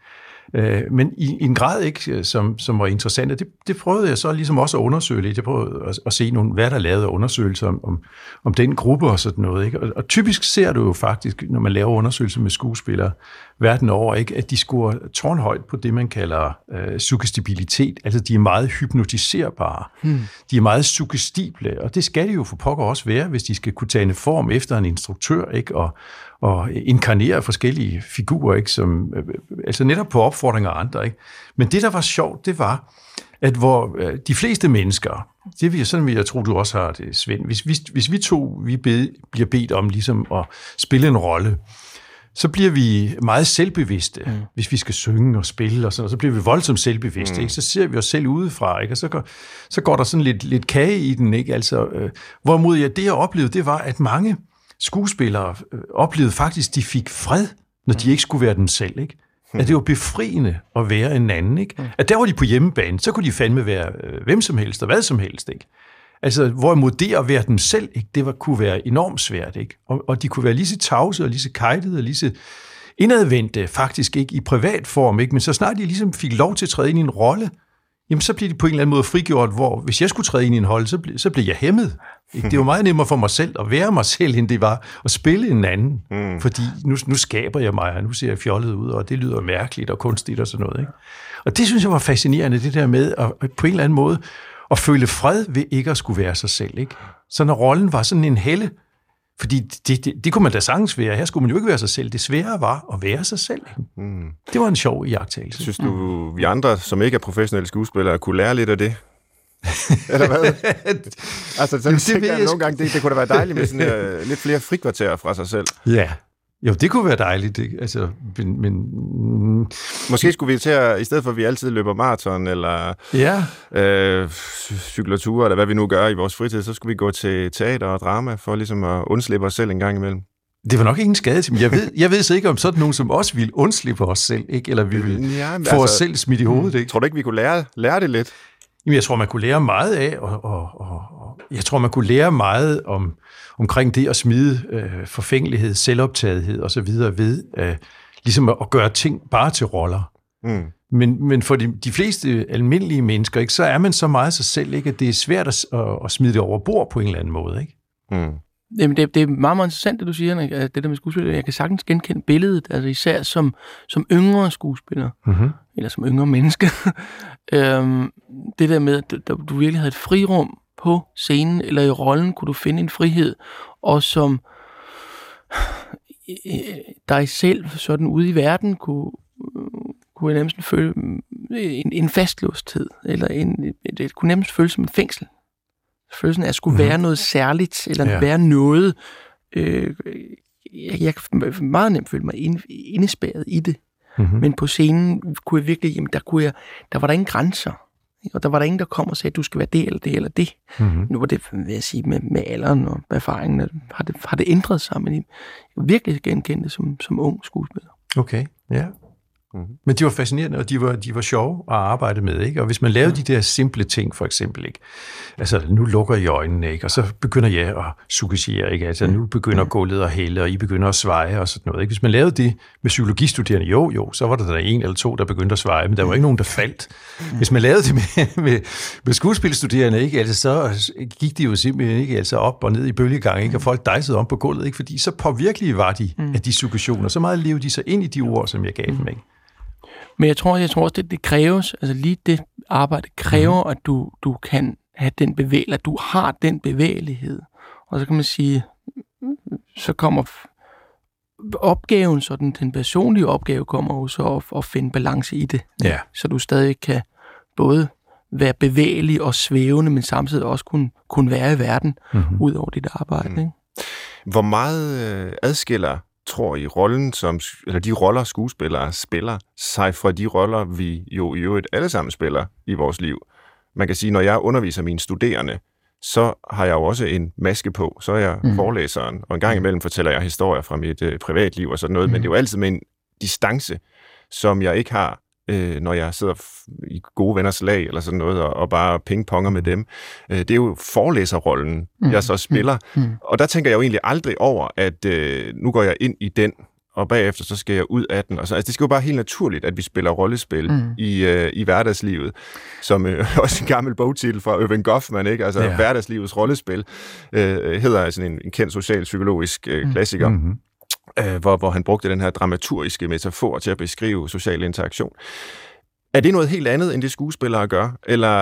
Øh, men i, i en grad, ikke, som, som var interessant, det, det prøvede jeg så ligesom også at undersøge lidt. Jeg prøvede at, at se nogle, hvad der er lavet af undersøgelser om, om, om den gruppe og sådan noget. Ikke? Og, og typisk ser du jo faktisk, når man laver undersøgelser med skuespillere verden over, ikke, at de scorer tårnhøjt på det, man kalder øh, suggestibilitet. Altså, de er meget hypnotiserbare. Hmm. De er meget suggestible, og det skal de jo for pokker også være, hvis de skal kunne tage en form efter en instruktør, ikke? Og, og inkarnere forskellige figurer, ikke? Som, øh, altså netop på opfordring af andre. Ikke? Men det, der var sjovt, det var, at hvor øh, de fleste mennesker, det vil sådan vil jeg tro, du også har det, Svend, hvis, hvis, hvis vi to vi bed, bliver bedt om ligesom at spille en rolle, så bliver vi meget selvbevidste, mm. hvis vi skal synge og spille, og sådan, og så bliver vi voldsomt selvbevidste. Mm. Ikke? Så ser vi os selv udefra, ikke? Og så går, så går der sådan lidt, lidt kage i den. Ikke? Altså, øh, hvorimod jeg, det, jeg oplevede, det var, at mange skuespillere øh, oplevede faktisk, de fik fred, når de ikke skulle være dem selv. Ikke? Mm. At det var befriende at være en anden. Ikke? Mm. At der var de på hjemmebane, så kunne de fandme være øh, hvem som helst og hvad som helst. Ikke? Altså, hvorimod det at være dem selv, ikke, det var, kunne være enormt svært, ikke? Og, og de kunne være lige så tavse og lige så kejtede og lige så indadvendte, faktisk ikke i privat form, ikke? Men så snart de ligesom fik lov til at træde ind i en rolle, jamen så blev de på en eller anden måde frigjort, hvor hvis jeg skulle træde ind i en rolle, så, ble, så blev jeg hæmmet. Ikke? Det var meget nemmere for mig selv at være mig selv, end det var at spille en anden. Mm. Fordi nu, nu skaber jeg mig, og nu ser jeg fjollet ud, og det lyder mærkeligt og kunstigt og sådan noget. Ikke? Og det synes jeg var fascinerende, det der med at, at på en eller anden måde og føle fred ved ikke at skulle være sig selv. Ikke? Så når rollen var sådan en helle, fordi det, det, det kunne man da sagtens være. Her skulle man jo ikke være sig selv. Det svære var at være sig selv. Mm. Det var en sjov iagttagelse. Synes du, vi andre, som ikke er professionelle skuespillere, kunne lære lidt af det? Eller hvad? altså, så Jamen, det tænker jeg, jeg nogle gange, det, det kunne da være dejligt med sådan, uh, lidt flere frikvarterer fra sig selv. Ja. Jo, det kunne være dejligt. Det, altså, men, men... Måske skulle vi til at, i stedet for at vi altid løber maraton, eller ja. øh, cykler ture, eller hvad vi nu gør i vores fritid, så skulle vi gå til teater og drama, for ligesom at undslippe os selv en gang imellem. Det var nok ingen skade til mig. Jeg ved, jeg ved så ikke, om sådan nogen som os ville undslippe os selv, ikke? Eller vi ville ja, få altså, os selv smidt i hovedet. Ikke? Tror du ikke, vi kunne lære, lære det lidt? Jamen, jeg tror, man kunne lære meget af, og, og, og, og jeg tror, man kunne lære meget om, omkring det at smide øh, forfængelighed, selvoptagethed og så videre ved øh, ligesom at, at gøre ting bare til roller. Mm. Men, men for de, de fleste almindelige mennesker, ikke, så er man så meget sig selv, ikke, at det er svært at, at, at smide det over bord på en eller anden måde. Ikke? Mm. Jamen, det, det er meget, meget interessant, det du siger, ikke? Det der med skuespiller. Jeg kan sagtens genkende billedet, altså især som, som yngre skuespiller, mm-hmm. eller som yngre menneske. øhm, det der med, at du, du virkelig havde et frirum på scenen, eller i rollen, kunne du finde en frihed, og som dig selv, sådan ude i verden, kunne, kunne nærmest føle en, en fastlåsthed, eller en, det kunne nærmest føles som en fængsel. Følelsen af at skulle mm-hmm. være noget særligt, eller ja. være noget. Øh, jeg, jeg kan meget nemt føle mig ind, indespærret i det. Mm-hmm. Men på scenen kunne jeg virkelig, jamen, der, kunne jeg, der var der ingen grænser. Og der var der ingen, der kom og sagde, at du skal være det, eller det, eller det. Mm-hmm. Nu var det, vil jeg sige, med, med alderen og erfaringen, har det, har det ændret sig. Men jeg virkelig genkendte det som, som ung skuespiller. Okay, ja. Mm-hmm. Men de var fascinerende, og de var, de var sjove at arbejde med, ikke? Og hvis man lavede de der simple ting, for eksempel, ikke? Altså, nu lukker I øjnene, ikke? Og så begynder jeg at suggere, ikke? Altså, nu begynder gulvet at hælde, og I begynder at sveje, og sådan noget, ikke? Hvis man lavede det med psykologistuderende, jo, jo, så var der der en eller to, der begyndte at sveje, men der var ikke nogen, der faldt. Hvis man lavede det med, med, med skuespilstuderende, ikke? Altså, så gik de jo simpelthen ikke altså op og ned i bølgegang, ikke? Og folk dejsede om på gulvet, ikke? Fordi så påvirkelige var de af de suggestioner. Så meget levede de sig ind i de ord, som jeg gav dem, ikke? Men jeg tror, jeg tror også, det, det kræves, altså lige det arbejde kræver, mm. at du, du kan have den bevægelighed, at du har den bevægelighed. Og så kan man sige, så kommer opgaven, så den, den personlige opgave kommer jo så at, at finde balance i det. Ja. Så du stadig kan både være bevægelig og svævende, men samtidig også kunne, kunne være i verden, mm-hmm. ud over dit arbejde. Mm. Ikke? Hvor meget øh, adskiller tror I rollen som, eller de roller skuespillere spiller sig fra de roller, vi jo i øvrigt alle sammen spiller i vores liv? Man kan sige, når jeg underviser mine studerende, så har jeg jo også en maske på, så er jeg mm. forelæseren, og en gang imellem fortæller jeg historier fra mit øh, privatliv og sådan noget, mm. men det er jo altid med en distance, som jeg ikke har, øh, når jeg sidder i gode venners lag eller sådan noget, og, og bare pingponger med dem. Øh, det er jo forelæserrollen, mm. jeg så spiller, mm. og der tænker jeg jo egentlig aldrig over, at øh, nu går jeg ind i den, og bagefter så skal jeg ud af den. Og så, altså, det skal jo bare helt naturligt, at vi spiller rollespil mm. i, øh, i hverdagslivet, som øh, også en gammel bogtitel fra Irving Goffman, ikke? Altså ja. Hverdagslivets rollespil, øh, hedder altså en, en kendt socialpsykologisk øh, klassiker, mm-hmm. øh, hvor, hvor han brugte den her dramaturgiske metafor til at beskrive social interaktion. Er det noget helt andet, end det skuespillere gør? Eller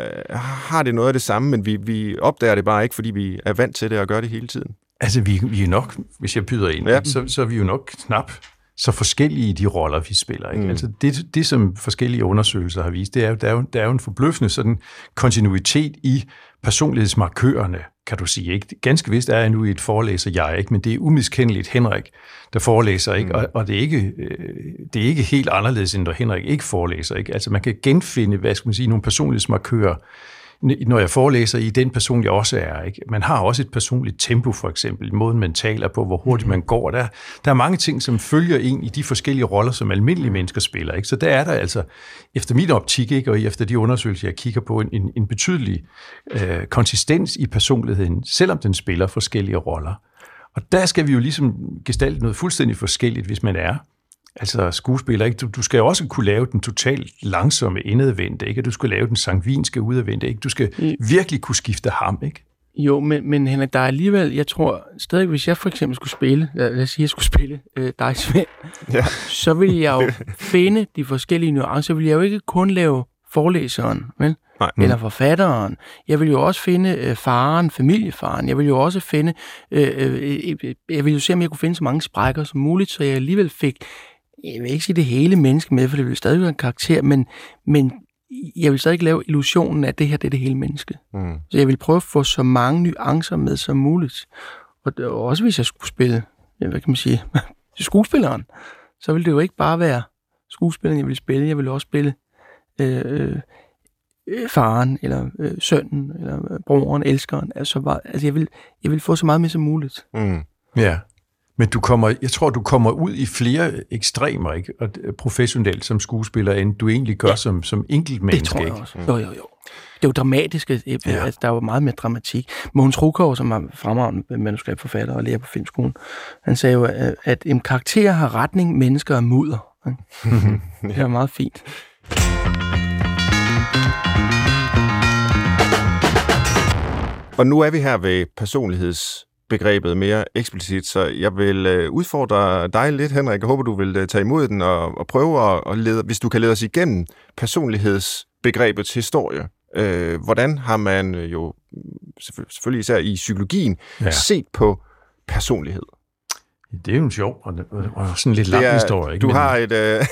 har det noget af det samme, men vi, vi opdager det bare ikke, fordi vi er vant til det og gør det hele tiden? Altså, vi, vi er nok, hvis jeg byder ind, ja. så, så er vi jo nok knap så forskellige i de roller, vi spiller. Ikke? Mm. Altså, det, det, som forskellige undersøgelser har vist, det er jo, der er jo, der er jo en forbløffende sådan kontinuitet i personlighedsmarkørerne, kan du sige. Ikke? Ganske vist er jeg nu i et forelæser, jeg ikke, men det er umiskendeligt Henrik, der forelæser, ikke? Mm. Og, og det, er ikke, øh, det er ikke helt anderledes, end når Henrik ikke forelæser. Ikke? Altså, man kan genfinde, hvad skal man sige, nogle personlighedsmarkører, når jeg forelæser i den person, jeg også er. Ikke? Man har også et personligt tempo, for eksempel, måden man taler på, hvor hurtigt man går. Der, der er mange ting, som følger ind i de forskellige roller, som almindelige mennesker spiller. Ikke? Så der er der altså, efter min optik, ikke, og efter de undersøgelser, jeg kigger på, en, en betydelig øh, konsistens i personligheden, selvom den spiller forskellige roller. Og der skal vi jo ligesom gestalte noget fuldstændig forskelligt, hvis man er altså skuespiller, ikke? Du, du skal jo også kunne lave den totalt langsomme indadvendte, ikke? Du skal lave den sangvinske udadvendte, ikke? Du skal mm. virkelig kunne skifte ham, ikke? Jo, men, men Henrik, der er alligevel, jeg tror stadig, hvis jeg for eksempel skulle spille, lad os sige, jeg skulle spille øh, dig, Svend, ja. så ville jeg jo finde de forskellige nuancer. Vil jeg jo ikke kun lave forelæseren, vel? Nej. Eller forfatteren. Jeg vil jo også finde øh, faren, familiefaren. Jeg vil jo også finde, øh, øh, øh, jeg vil jo se, om jeg kunne finde så mange sprækker som muligt, så jeg alligevel fik, jeg vil ikke sige det hele menneske med, for det vil stadig være en karakter, men, men jeg vil stadig lave illusionen af, at det her det er det hele menneske. Mm. Så jeg vil prøve at få så mange nuancer med som muligt. Og det, også hvis jeg skulle spille, hvad kan man sige, skuespilleren, så ville det jo ikke bare være skuespilleren, jeg ville spille. Jeg ville også spille øh, øh, faren, eller øh, sønnen, eller øh, broren, elskeren. Altså, var, altså jeg, vil, jeg vil få så meget med som muligt. Mm. Ja. Men du kommer, jeg tror, du kommer ud i flere ekstremer, ikke? Og professionelt som skuespiller, end du egentlig gør ja. som, som enkeltmenneske. Det tror jeg også. Jo, jo, jo. Det er jo dramatisk. Ja. Altså, der er jo meget mere dramatik. Mogens Rukov, som er fremragende manuskriptforfatter og lærer på filmskolen, han sagde jo, at en karakter har retning, mennesker er mudder. Det er meget fint. Og nu er vi her ved personligheds begrebet mere eksplicit, så jeg vil øh, udfordre dig lidt, Henrik. Jeg håber, du vil øh, tage imod den og, og prøve at, at lede, hvis du kan lede os igennem personlighedsbegrebets historie. Øh, hvordan har man øh, jo, selvfølgelig især i psykologien, ja. set på personlighed? Det er jo en sjov og, og sådan lidt lang historie. Ikke? Du har et øh,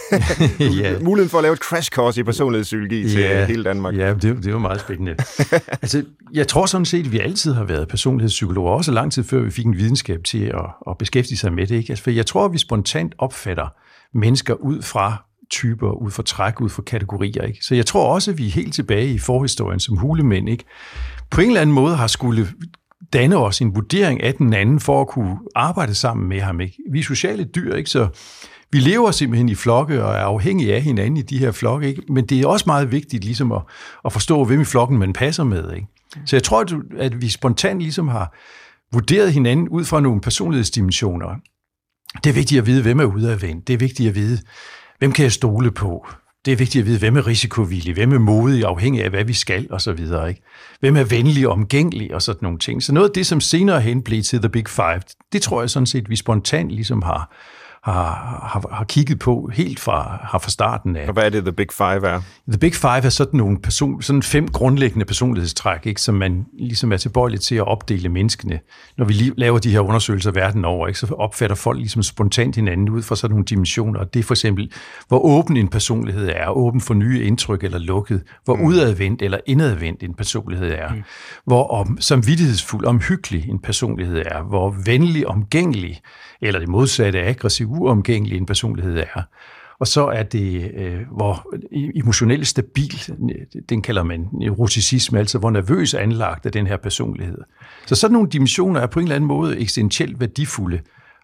ja. muligheden for at lave et crash course i personlighedspsykologi til ja. hele Danmark. Ja, det, det er jo meget spændende. altså, jeg tror sådan set, at vi altid har været personlighedspsykologer, også lang tid før vi fik en videnskab til at, at beskæftige sig med det. Ikke? Altså, for jeg tror, at vi spontant opfatter mennesker ud fra typer, ud fra træk, ud fra kategorier. Ikke? Så jeg tror også, at vi er helt tilbage i forhistorien som hulemænd. Ikke? På en eller anden måde har skulle danne os en vurdering af den anden, for at kunne arbejde sammen med ham. Ikke? Vi er sociale dyr, ikke? Så vi lever simpelthen i flokke og er afhængige af hinanden i de her flokke. Ikke? Men det er også meget vigtigt ligesom at, at forstå, hvem i flokken man passer med. Ikke? Så jeg tror, at vi spontant ligesom har vurderet hinanden ud fra nogle personlighedsdimensioner. Det er vigtigt at vide, hvem er udadvendt. Det er vigtigt at vide, hvem kan jeg stole på. Det er vigtigt at vide, hvem er risikovillig, hvem er modig, afhængig af, hvad vi skal, og så videre. Ikke? Hvem er venlig og omgængelig, og sådan nogle ting. Så noget af det, som senere hen blev til The Big Five, det tror jeg sådan set, vi spontant ligesom har, har, har, har kigget på helt fra, har fra starten af. Og hvad er det, The Big Five er? The Big Five er sådan nogle person, sådan fem grundlæggende personlighedstræk, ikke, som man ligesom er tilbøjelig til at opdele menneskene. Når vi laver de her undersøgelser verden over, ikke, så opfatter folk ligesom spontant hinanden ud fra sådan nogle dimensioner. Det er for eksempel, hvor åben en personlighed er, åben for nye indtryk eller lukket, hvor mm. udadvendt eller indadvendt en personlighed er, mm. hvor om, samvittighedsfuld, omhyggelig en personlighed er, hvor venlig, omgængelig, eller det modsatte, aggressiv, uomgængelig en personlighed er. Og så er det, øh, hvor emotionelt stabil, den kalder man neuroticisme, altså hvor nervøs anlagt af den her personlighed. Så sådan nogle dimensioner er på en eller anden måde eksistentielt værdifulde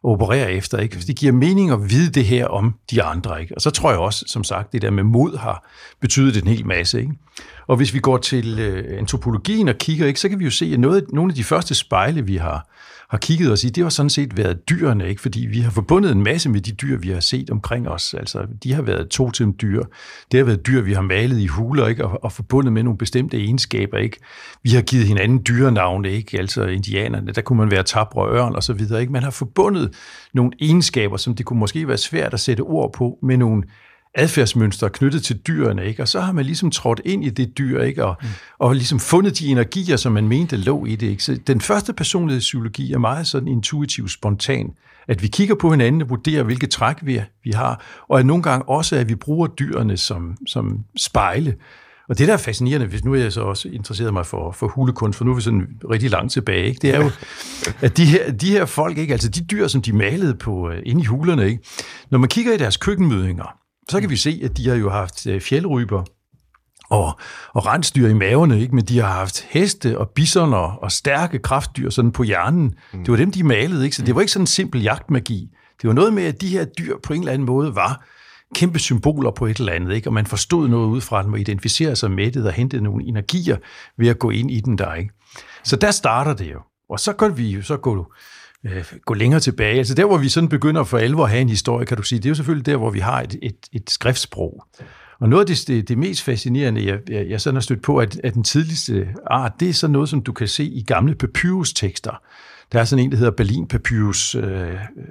operere efter, ikke? Det giver mening at vide det her om de andre, ikke? Og så tror jeg også, som sagt, det der med mod har betydet en hel masse, ikke? Og hvis vi går til øh, antropologien og kigger, ikke, så kan vi jo se, at noget, nogle af de første spejle, vi har, har kigget os i, det har sådan set været dyrene, ikke? Fordi vi har forbundet en masse med de dyr, vi har set omkring os. Altså, de har været totemdyr. Det har været dyr, vi har malet i huler, ikke? Og, og forbundet med nogle bestemte egenskaber, ikke? Vi har givet hinanden dyrenavne, ikke? Altså indianerne, der kunne man være tabre og ørn og så videre, ikke? Man har forbundet nogle egenskaber, som det kunne måske være svært at sætte ord på, med nogle adfærdsmønstre knyttet til dyrene, ikke? Og så har man ligesom trådt ind i det dyr, ikke? Og, mm. og ligesom fundet de energier, som man mente lå i det, ikke? Så den første personlighedspsykologi er meget sådan intuitiv, spontan, at vi kigger på hinanden og vurderer, hvilke træk vi, vi har, og at nogle gange også, at vi bruger dyrene som, som spejle. Og det, der er fascinerende, hvis nu er jeg så også interesseret mig for, for hulekunst, for nu er vi sådan rigtig langt tilbage, ikke? Det er jo, at de her, de her folk, ikke? Altså de dyr, som de malede på uh, inde i hulerne, ikke? Når man kigger i deres køkkenmødinger, så kan vi se, at de har jo haft fjeldryber og, og rensdyr i maverne, ikke? Men de har haft heste og bisoner og stærke kraftdyr sådan på hjernen. Mm. Det var dem, de malede, ikke? Så det var ikke sådan en simpel jagtmagi. Det var noget med, at de her dyr på en eller anden måde var kæmpe symboler på et eller andet, ikke? Og man forstod noget ud fra dem og identificerede sig med det og hentede nogle energier ved at gå ind i den der, ikke? Så der starter det jo. Og så kan vi jo så gå... gå længere tilbage. Altså der, hvor vi sådan begynder for alvor at have en historie, kan du sige, det er jo selvfølgelig der, hvor vi har et, et, et skriftsprog. Og noget af det, det, det mest fascinerende, jeg, jeg, jeg sådan har stødt på, at, at den tidligste art, det er sådan noget, som du kan se i gamle papyrus-tekster. Der er sådan en, der hedder Berlin Papyrus øh,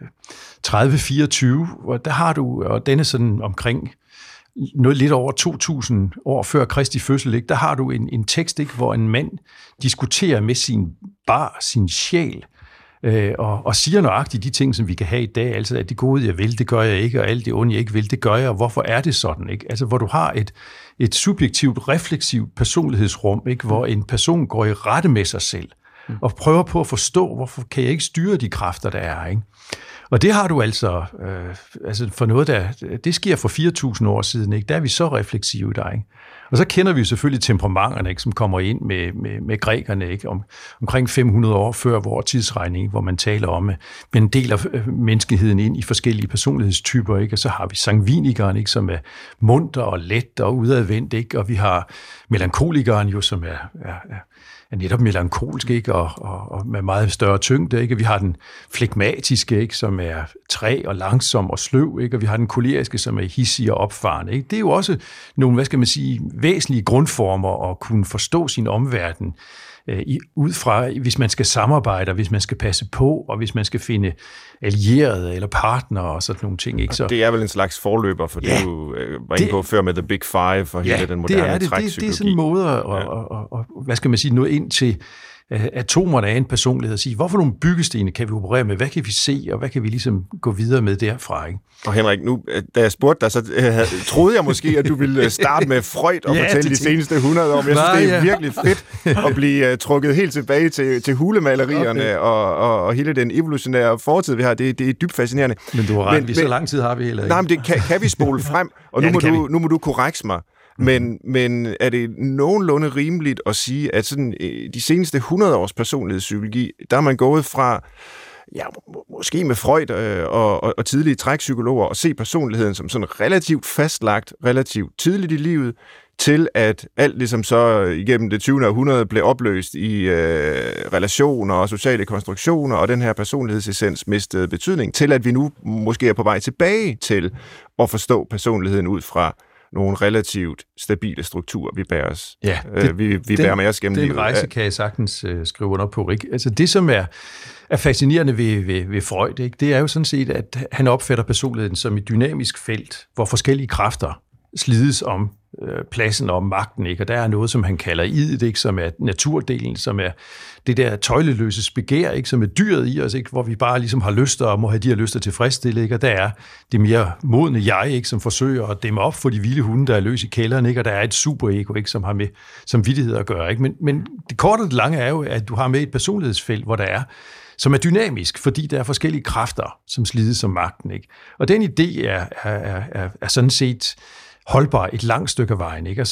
tredive fireogtyve, og der har du, og den er sådan omkring noget lidt over to tusind år før Kristi fødsel, ikke? Der har du en, en tekst, ikke, hvor en mand diskuterer med sin bar, sin sjæl, Øh, og, og siger nøjagtigt de ting, som vi kan have i dag, altså at det gode, jeg vil, det gør jeg ikke, og alt det onde, jeg ikke vil, det gør jeg, og hvorfor er det sådan, ikke? Altså, hvor du har et, et subjektivt, refleksivt personlighedsrum, ikke? Hvor en person går i rette med sig selv, og prøver på at forstå, hvorfor kan jeg ikke styre de kræfter, der er, ikke? Og det har du altså, øh, altså for noget, der, det sker for fire tusind år siden, ikke? Der er vi så refleksive der, ikke? Og så kender vi jo selvfølgelig temperamenterne, ikke, som kommer ind med, med, med grækerne, ikke, om, omkring fem hundrede år før vores tidsregning, hvor man taler om, at man deler menneskeheden ind i forskellige personlighedstyper, ikke, og så har vi sangvinikeren, ikke, som er munter og let og udadvendt, ikke, og vi har melankolikeren jo, som er, er, er er netop melankolsk, ikke, og, og, og med meget større tyngde, ikke? Vi har den flegmatiske, ikke, som er træ og langsom og sløv, ikke? Og vi har den koleriske, som er hissig og opfarende, ikke? Det er jo også nogle, hvad skal man sige, væsentlige grundformer at kunne forstå sin omverden øh, i, ud fra, hvis man skal samarbejde, og hvis man skal passe på, og hvis man skal finde allierede eller partnere og sådan nogle ting, ikke? Så det er vel en slags forløber, for ja, du øh, var inde på før med The Big Five og hele ja, den moderne det er det. trækpsykologi. Det, det er sådan en måde at, ja. og, og, og, hvad skal man sige, nå ind til atomerne af en personlighed og sige, hvorfor nogle byggestene kan vi operere med, hvad kan vi se, og hvad kan vi ligesom gå videre med derfra, ikke? Og Henrik, nu, da jeg spurgte dig, så øh, troede jeg måske, at du ville starte med Freud og ja, fortælle de seneste hundrede år, men jeg synes, Nej, det er ja. virkelig fedt at blive uh, trukket helt tilbage til, til hulemalerierne okay. og, og, og hele den evolutionære fortid, vi har. Det, det er dybt fascinerende. Men du har ret, men, så lang tid har vi heller ikke. Nej, men det kan, kan vi spole frem, og nu, ja, må du, nu må du korrekse mig. Men, men er det nogenlunde rimeligt at sige, at sådan, de seneste hundrede års personlighedspsykologi, der er man gået fra, ja, måske med Freud øh, og, og, og tidlige trækpsykologer, at se personligheden som sådan relativt fastlagt, relativt tidligt i livet, til at alt ligesom så igennem det tyvende århundrede blev opløst i øh, relationer og sociale konstruktioner, og den her personlighedsessens mistede betydning, til at vi nu måske er på vej tilbage til at forstå personligheden ud fra nogle relativt stabile strukturer, vi bærer os. Ja, det, øh, vi vi den, bærer med os gennem den livet. Den rejse kan jeg sagtens øh, skrive under på, Rik. Altså det, som er, er fascinerende ved, ved, ved Freud, ikke? Det er jo sådan set, at han opfatter personligheden som et dynamisk felt, hvor forskellige kræfter slides om øh, pladsen og om magten, ikke? Og der er noget, som han kalder idet, ikke? Som er naturdelen, som er det der tøjleløse begær, ikke? Som er dyret i os, ikke? Hvor vi bare ligesom har lyster og må have de her lyster tilfredsstillet, ikke? Og der er det mere modne jeg, ikke? Som forsøger at dæmme op for de vilde hunde, der er løs i kælderen, ikke? Og der er et superego, ikke? Som har med samvittighed at gøre, ikke? Men, men det korte og det lange er jo, at du har med et personlighedsfelt, hvor der er som er dynamisk, fordi der er forskellige kræfter, som slides om magten, ikke? Og den idé er, er, er, er sådan set holdbar et langt stykke af vejen, ikke? Og så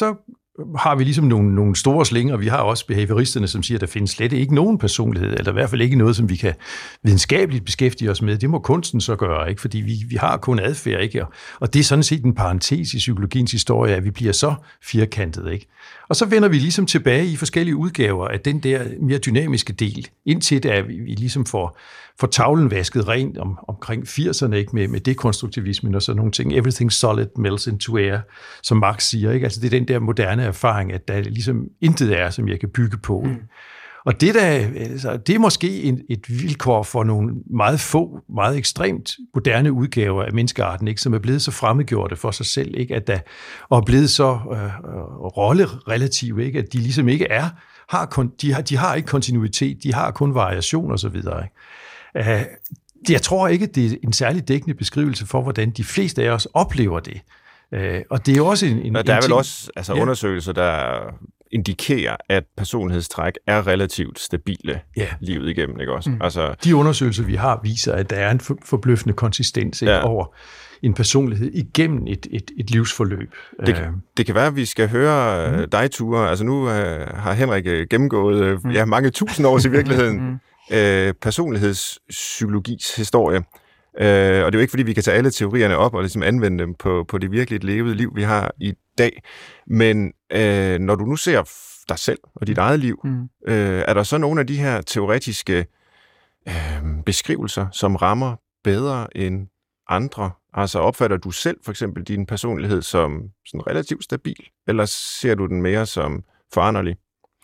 har vi ligesom nogle, nogle store slinger, og vi har også behavioristerne, som siger, at der findes slet ikke nogen personlighed, eller i hvert fald ikke noget, som vi kan videnskabeligt beskæftige os med. Det må kunsten så gøre, ikke? Fordi vi, vi har kun adfærd, ikke? Og, og det er sådan set en parentes i psykologiens historie, at vi bliver så firkantet, ikke? Og så vender vi ligesom tilbage i forskellige udgaver af den der mere dynamiske del, indtil da vi, vi ligesom får, får tavlen vasket rent om, omkring firserne, ikke? Med, med dekonstruktivismen og sådan nogle ting. Everything solid melts into air, som Marx siger, ikke? Altså det er den der moderne erfaring, at der ligesom intet er, som jeg kan bygge på. Mm. Og det, der, altså, det er måske en, et vilkår for nogle meget få, meget ekstremt moderne udgaver af menneskearten, ikke, som er blevet så fremmedgjorte for sig selv, ikke, at der er blevet så øh, rollerelative, ikke, at de ligesom ikke er, har kun, de, har, de har ikke kontinuitet, de har kun variation og så videre. Ikke. Uh, jeg tror ikke, det er en særlig dækkende beskrivelse for, hvordan de fleste af os oplever det. Uh, og det er også en, en der er en vel ting, også altså, ja. undersøgelser, der indikerer, at personlighedstræk er relativt stabile ja. livet igennem, ikke også? Mm. Altså, de undersøgelser, vi har, viser, at der er en forbløffende konsistens ikke, ja. over en personlighed igennem et, et, et livsforløb. Det, uh, det kan være, at vi skal høre mm. dig, Ture. Altså nu uh, har Henrik uh, gennemgået uh, mm. ja, mange tusind år i virkeligheden mm. uh, personlighedspsykologis historie. Uh, og det er jo ikke, fordi vi kan tage alle teorierne op og ligesom anvende dem på, på det virkeligt levede liv, vi har i dag. Men uh, når du nu ser dig selv og dit eget liv, mm. uh, er der så nogle af de her teoretiske uh, beskrivelser, som rammer bedre end andre? Altså opfatter du selv for eksempel din personlighed som sådan relativt stabil, eller ser du den mere som foranderlig?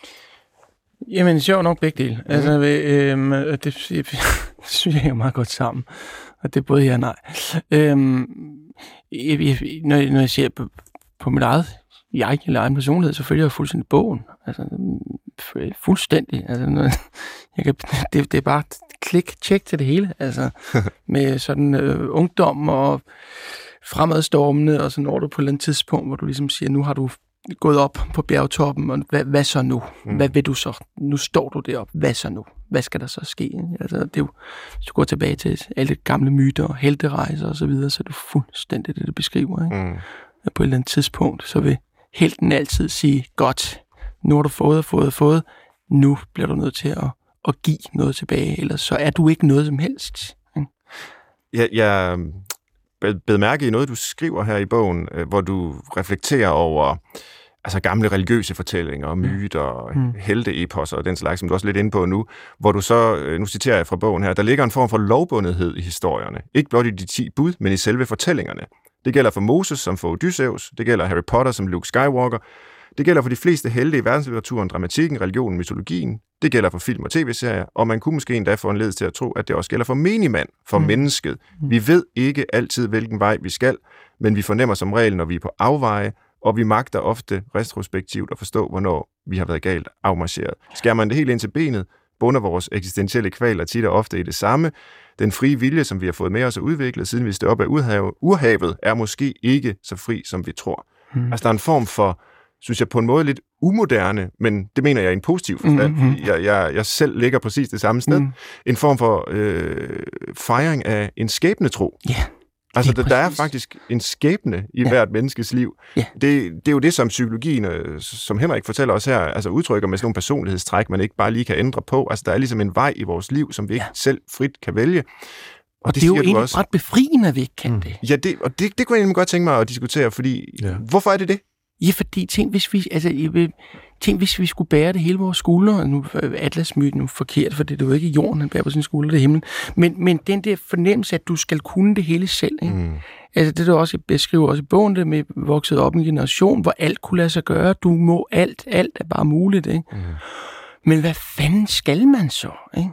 Jamen, sjovt nok begge dele. Mm. Altså, øh, det, det synes jeg er meget godt sammen. Og det er både ja og nej. Øhm, jeg, jeg, når, jeg, når jeg ser på, på mit eget jeg eller egen personlighed, så følger jeg fuldstændig bogen. Altså, fuldstændig. Altså, når, jeg kan, det, det er bare klik, tjek til det hele. Altså, med sådan øh, ungdom og fremadstormende, og så når du på et eller andet tidspunkt, hvor du ligesom siger, nu har du gået op på bjergtoppen, og hvad, hvad så nu? Mm. Hvad vil du så? Nu står du deroppe. Hvad så nu? Hvad skal der så ske? Altså, det er jo, hvis du går tilbage til alle gamle myter og helterejser og så videre, så er det fuldstændig det, du beskriver. Ikke? Mm. At på et eller andet tidspunkt, så vil helten altid sige, godt, nu har du fået og fået og fået, nu bliver du nødt til at, at give noget tilbage, ellers så er du ikke noget som helst. Ikke? Jeg, jeg bed mærke i noget, du skriver her i bogen, hvor du reflekterer over altså gamle religiøse fortællinger og myter og mm. helteeposser og den slags, som du også er lidt inde på nu, hvor du så, nu citerer jeg fra bogen her, der ligger en form for lovbundethed i historierne. Ikke blot i de ti bud, men i selve fortællingerne. Det gælder for Moses som for Odysseus, det gælder Harry Potter som Luke Skywalker, det gælder for de fleste helte i verdenslitteraturen, dramatikken, religionen, mytologien, det gælder for film og tv-serier, og man kunne måske endda få en led til at tro, at det også gælder for menigmand, for mm. mennesket. Vi ved ikke altid, hvilken vej vi skal, men vi fornemmer som regel, når vi er på afveje, og vi magter ofte retrospektivt at forstå, hvornår vi har været galt afmarcheret. Skærer man det helt ind til benet, bunder vores eksistentielle kvaler tit og ofte i det samme. Den frie vilje, som vi har fået med os og udviklet, siden vi stod op af urhavet, er måske ikke så fri, som vi tror. Mm. Altså, der er en form for, synes jeg, på en måde lidt umoderne, men det mener jeg i en positiv forstand, mm-hmm. fordi jeg, jeg, jeg selv ligger præcis det samme sted. Mm. En form for øh, fejring af en skæbnetro. Ja. Altså, der, der er faktisk en skæbne i ja. hvert menneskes liv. Ja. Det, det er jo det, som psykologien, som Henrik fortæller os her, altså udtrykker med sådan nogle personlighedstræk, man ikke bare lige kan ændre på. Altså, der er ligesom en vej i vores liv, som vi ikke ja. selv frit kan vælge. Og, og det, det er jo egentlig også ret befriende, at vi ikke kan mm. det. Ja, det, og det, det kunne jeg egentlig godt tænke mig at diskutere, fordi ja. hvorfor er det det? Ja, fordi tænk, hvis vi, altså, tænk, hvis vi skulle bære det hele vores skuldre, og nu er Atlas-myten nu forkert, for det er jo ikke jorden, han bærer på sine skuldre, det er himlen, men, men den der fornemmelse, at du skal kunne det hele selv, ikke? Mm. Altså det, der også beskriver også i bogen, det med vokset op en generation, hvor alt kunne lade sig gøre, du må alt, alt er bare muligt, ikke? Mm. Men hvad fanden skal man så, ikke?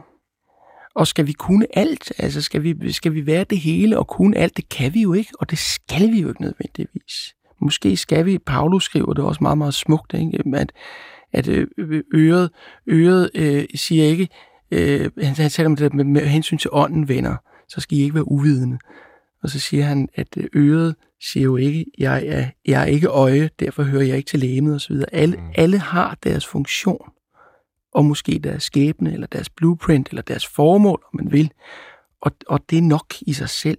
Og skal vi kunne alt? Altså skal vi, skal vi være det hele og kunne alt? Det kan vi jo ikke, og det skal vi jo ikke nødvendigvis. Måske skal vi, Paulus skriver det også meget, meget smukt, ikke? At, at øret, øret øh, siger ikke, øh, han, han taler om det med, med hensyn til ånden, venner, så skal I ikke være uvidende. Og så siger han, at øret siger jo ikke, jeg er, jeg er ikke øje, derfor hører jeg ikke til legemet osv. Alle, mm. alle har deres funktion, og måske deres skæbne, eller deres blueprint, eller deres formål, om man vil. Og, og det er nok i sig selv.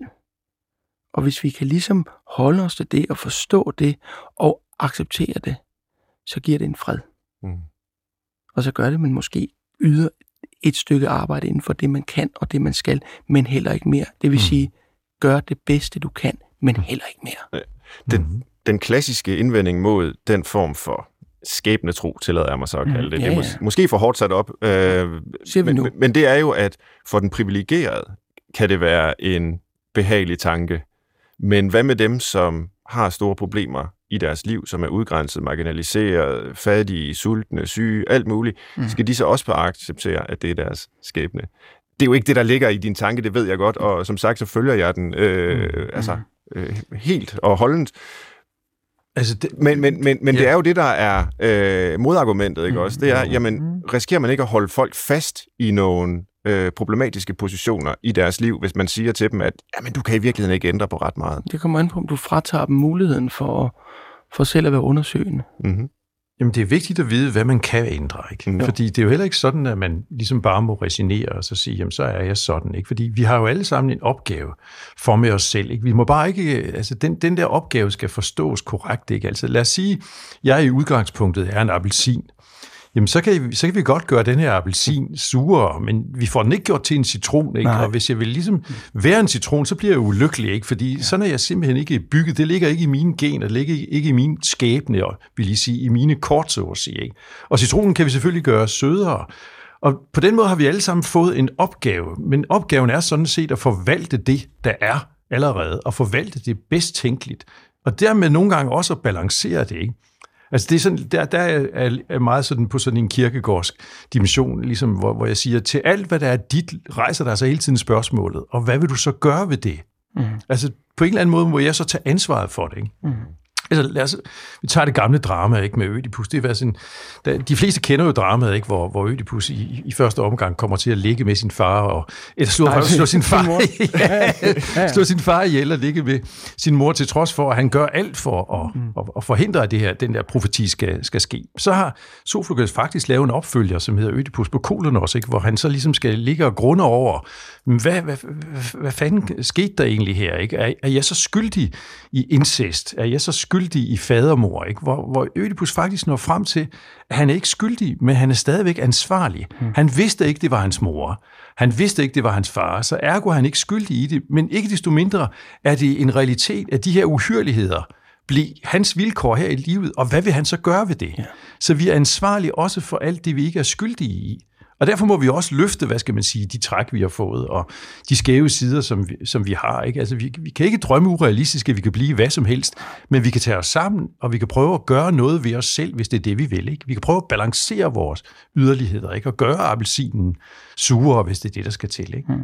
Og hvis vi kan ligesom holde os til det og forstå det og acceptere det, så giver det en fred. Mm. Og så gør det, man måske yder et stykke arbejde inden for det, man kan og det, man skal, men heller ikke mere. Det vil mm. sige, gør det bedste, du kan, men heller ikke mere. Den, mm. den klassiske indvending mod den form for skæbnetro, tillader jeg mig så at kalde det. Mm, ja, det er mås- måske for hårdt sat op, øh, men, men, men det er jo, at for den privilegerede kan det være en behagelig tanke. Men hvad med dem, som har store problemer i deres liv, som er udgrænset, marginaliseret, fattige, sultne, syge, alt muligt, mm. skal de så også bare acceptere, at det er deres skæbne? Det er jo ikke det, der ligger i din tanke, det ved jeg godt, og som sagt, så følger jeg den øh, mm. altså, øh, helt og holdent. Altså det, men men, men, men ja. det er jo det, der er øh, modargumentet, ikke mm. også? Det er, jamen, risikerer man ikke at holde folk fast i nogle øh, problematiske positioner i deres liv, hvis man siger til dem, at jamen, du kan i virkeligheden ikke ændre på ret meget? Det kommer an på, om du fratager dem muligheden for, for selv at være undersøgende. Mm-hmm. Jamen, det er vigtigt at vide, hvad man kan ændre, ikke? Mm. Fordi det er jo heller ikke sådan, at man ligesom bare må resignere og så sige, jamen, så er jeg sådan, ikke? Fordi vi har jo alle sammen en opgave for med os selv, ikke? Vi må bare ikke, altså, den, den der opgave skal forstås korrekt, ikke? Altså, lad os sige, jeg i udgangspunktet er en appelsin. Jamen, så kan, vi, så kan vi godt gøre den her appelsin surere, men vi får den ikke gjort til en citron, ikke? Og hvis jeg vil ligesom være en citron, så bliver jeg ulykkelig, ikke? Fordi ja. sådan er jeg simpelthen ikke bygget. Det ligger ikke i mine gener, det ligger ikke i mine skæbne, og vil jeg sige, i mine kort, så at sige, ikke? Og citronen kan vi selvfølgelig gøre sødere. Og på den måde har vi alle sammen fået en opgave, men opgaven er sådan set at forvalte det, der er allerede, og forvalte det bedst tænkeligt. Og dermed nogle gange også at balancere det, ikke? Altså det er sådan, der, der er meget sådan på sådan en kirkegårdsk dimension, ligesom, hvor, hvor jeg siger, til alt hvad der er dit, rejser der altså hele tiden spørgsmålet, og hvad vil du så gøre ved det? Mm. Altså på en eller anden måde må jeg så tage ansvaret for det, ikke? Mm. Altså, lad os, vi tager det gamle drama, ikke, med Ødipus. Det er sådan, der, de fleste kender jo dramaet, ikke, hvor, hvor Ødipus i, i første omgang kommer til at ligge med sin far og eller slå, Nej, slå sin far, ja, slå sin far ihjel og ligge med sin mor, til trods for at han gør alt for at, mm. at, at forhindre at det her, den der profeti skal, skal ske. Så har Sophokles faktisk lavet en opfølger, som hedder Ødipus på Kolonos, ikke, hvor han så ligesom skal ligge og grunde over, hvad, hvad, hvad, hvad fanden skete der egentlig her, ikke? Er, er jeg så skyldig i incest? Er jeg så skyldig i fadermor, ikke? Hvor, hvor Ødipus faktisk når frem til, at han er ikke skyldig, men han er stadigvæk ansvarlig. Hmm. Han vidste ikke, det var hans mor. Han vidste ikke, det var hans far, så ergo er han ikke skyldig i det, men ikke desto mindre er det en realitet, at de her uhyrligheder bliver hans vilkår her i livet, og hvad vil han så gøre ved det? Ja. Så vi er ansvarlige også for alt det, vi ikke er skyldige i. Og derfor må vi også løfte, hvad skal man sige, de træk, vi har fået, og de skæve sider, som vi, som vi har. Ikke? Altså, vi, vi kan ikke drømme urealistisk, at vi kan blive hvad som helst, men vi kan tage os sammen, og vi kan prøve at gøre noget ved os selv, hvis det er det, vi vil. Ikke? Vi kan prøve at balancere vores yderligheder, ikke? Og gøre appelsinen surere, hvis det er det, der skal til. Ikke? Mm.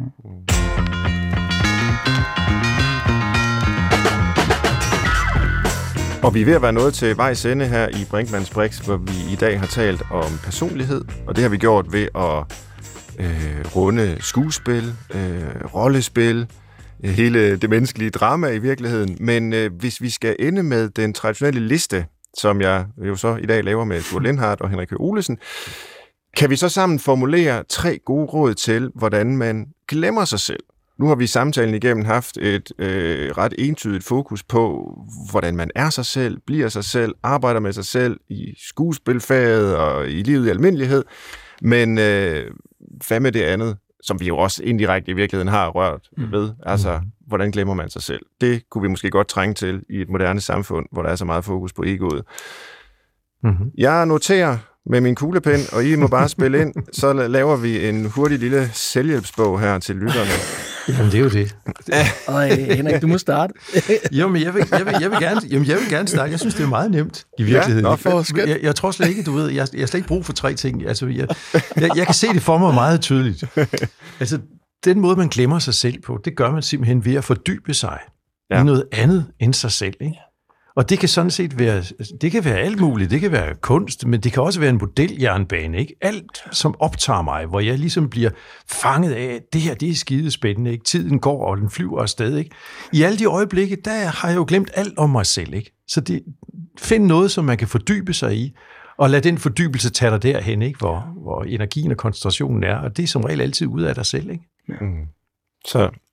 Og vi er ved at være nået til vejs ende her i Brinkmanns Brix, hvor vi i dag har talt om personlighed, og det har vi gjort ved at øh, runde skuespil, øh, rollespil, øh, hele det menneskelige drama i virkeligheden. Men øh, hvis vi skal ende med den traditionelle liste, som jeg jo så i dag laver med Thure Lindhardt og Henrik Høgh Olesen, kan vi så sammen formulere tre gode råd til, hvordan man glemmer sig selv? Nu har vi i samtalen igennem haft et øh, ret entydigt fokus på, hvordan man er sig selv, bliver sig selv, arbejder med sig selv i skuespilfaget og i livet i almindelighed. Men øh, hvad med det andet, som vi jo også indirekte i virkeligheden har rørt ved? Altså, hvordan glemmer man sig selv? Det kunne vi måske godt trænge til i et moderne samfund, hvor der er så meget fokus på egoet. Mm-hmm. Jeg noterer med min kuglepen, og I må bare spille ind, så laver vi en hurtig lille selvhjælpsbog her til lytterne. Jamen, det er jo det. Øj, Henrik, du må starte. Jo, men jeg vil, jeg, vil, jeg, vil gerne, jamen, jeg vil gerne starte. Jeg synes, det er meget nemt i virkeligheden. Ja, nå, jeg, jeg tror slet ikke, du ved, jeg, jeg har slet ikke brug for tre ting. Altså, jeg, jeg, jeg kan se det for mig meget tydeligt. Altså, den måde, man glemmer sig selv på, det gør man simpelthen ved at fordybe sig ja. i noget andet end sig selv, ikke? Og det kan sådan set være, det kan være alt muligt, det kan være kunst, men det kan også være en modeljernbane, ikke? Alt, som optager mig, hvor jeg ligesom bliver fanget af, det her, det er skidespændende, ikke? Tiden går, og den flyver afsted, ikke? I alle de øjeblikke, der har jeg jo glemt alt om mig selv, ikke? Så det, find noget, som man kan fordybe sig i, og lad den fordybelse tage dig derhen, ikke? Hvor, hvor energien og koncentrationen er, og det er som regel altid ud af dig selv, ikke? Mm. Så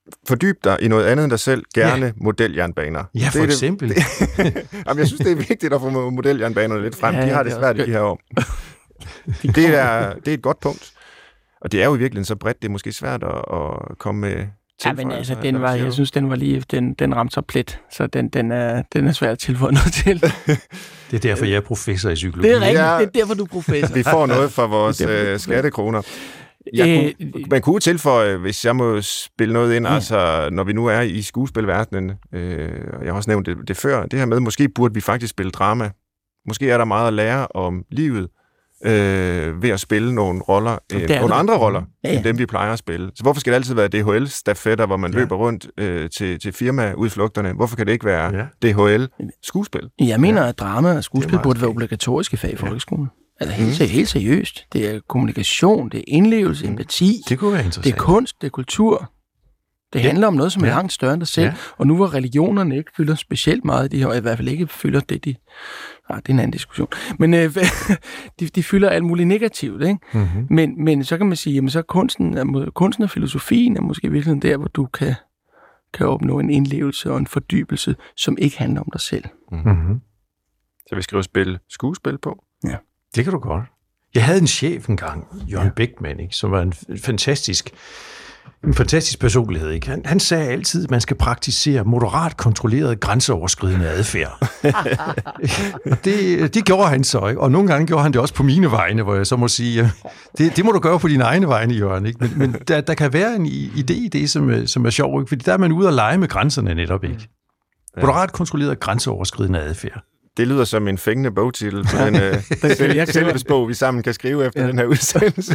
Fordyb dig i noget andet end dig selv, gerne ja. modeljernbaner. Ja, for det eksempel. Det, det, jamen, jeg synes, det er vigtigt at få modeljernbanerne lidt frem. Ja, de har det svært i de her år. det, er, det er et godt punkt. Og det er jo i virkeligheden så bredt, det er måske svært at, at komme med. Ja, men altså, den var, jeg synes, den var lige, den, den ramte så plet, så den, den, er, den er svær at tilføje noget til. Det er derfor, jeg er professor i psykologi. Det er rigtigt, ja, det er derfor, du er professor. Vi får noget for vores øh, skattekroner. Jeg kunne, man kunne tilføje, hvis jeg må spille noget ind, ja. altså når vi nu er i skuespilverdenen, øh, jeg har også nævnt det, det før, det her med, måske burde vi faktisk spille drama. Måske er der meget at lære om livet, Øh, ved at spille nogle roller, øh, nogle andre roller, ja, ja. end dem vi plejer at spille. Så hvorfor skal det altid være D H L-stafetter, hvor man ja. løber rundt øh, til, til firmaudflugterne? Hvorfor kan det ikke være ja. D H L-skuespil? Jeg mener, ja. at drama og skuespil burde være obligatoriske fag i folkeskolen. Ja. Altså helt, mm. helt seriøst. Det er kommunikation, det er indlevelse, mm. empati. Det kunne være interessant. Det er kunst, det er kultur. Det handler om noget, som er ja. langt større end dig selv. Ja. Og nu hvor religionerne ikke fylder specielt meget i det her, og i hvert fald ikke fylder det, de... Ah, det er en anden diskussion. Men øh, de, de fylder alt muligt negativt, ikke? Mm-hmm. Men, men så kan man sige, jamen så kunsten, er, kunsten og filosofien er måske virkelig der, hvor du kan, kan opnå en indlevelse og en fordybelse, som ikke handler om dig selv. Mm-hmm. Så vi skriver spil skuespil på? Ja. Det kan du godt. Jeg havde en chef engang, Jørgen ja. Beckmann, ikke, som var en fantastisk... En fantastisk personlighed, ikke? Han, han sagde altid, at man skal praktisere moderat kontrolleret grænseoverskridende adfærd. det, det gjorde han så, ikke? Og nogle gange gjorde han det også på mine vegne, hvor jeg så må sige, det, det må du gøre på dine egne vegne, Jørgen, ikke? Men, men der, der kan være en idé i det, som, som er sjov, ikke? Fordi der er man ude at lege med grænserne netop, ikke? Ja. Moderat kontrolleret grænseoverskridende adfærd. Det lyder som en fængende bogtitel på en uh, selvhedsbog, vi sammen kan skrive efter ja. den her udsendelse.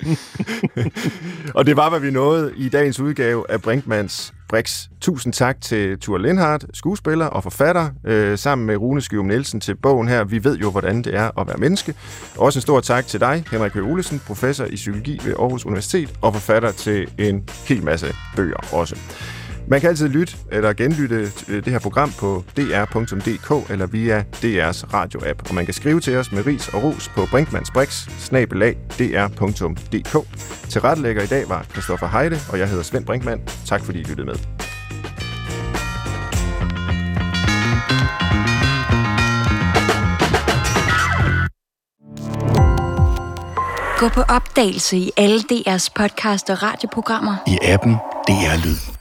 Og det var, hvad vi nåede i dagens udgave af Brinkmanns Brix. Tusind tak til Thure Lindhardt, skuespiller og forfatter, øh, sammen med Rune Skyum Nielsen til bogen her. Vi ved jo, hvordan det er at være menneske. Også en stor tak til dig, Henrik Høgh Olesen, professor i psykologi ved Aarhus Universitet og forfatter til en hel masse bøger også. Man kan altid lytte eller genlytte det her program på d r punktum d k eller via D R's radio-app. Og man kan skrive til os med ris og ros på brinkmannsbrix snabel-a d r punktum d k. Tilrettelægger i dag var Christoffer Heide, og jeg hedder Svend Brinkmann. Tak fordi I lyttede med. Gå på opdagelse i alle D R's podcast og radioprogrammer. I appen D R Lyd.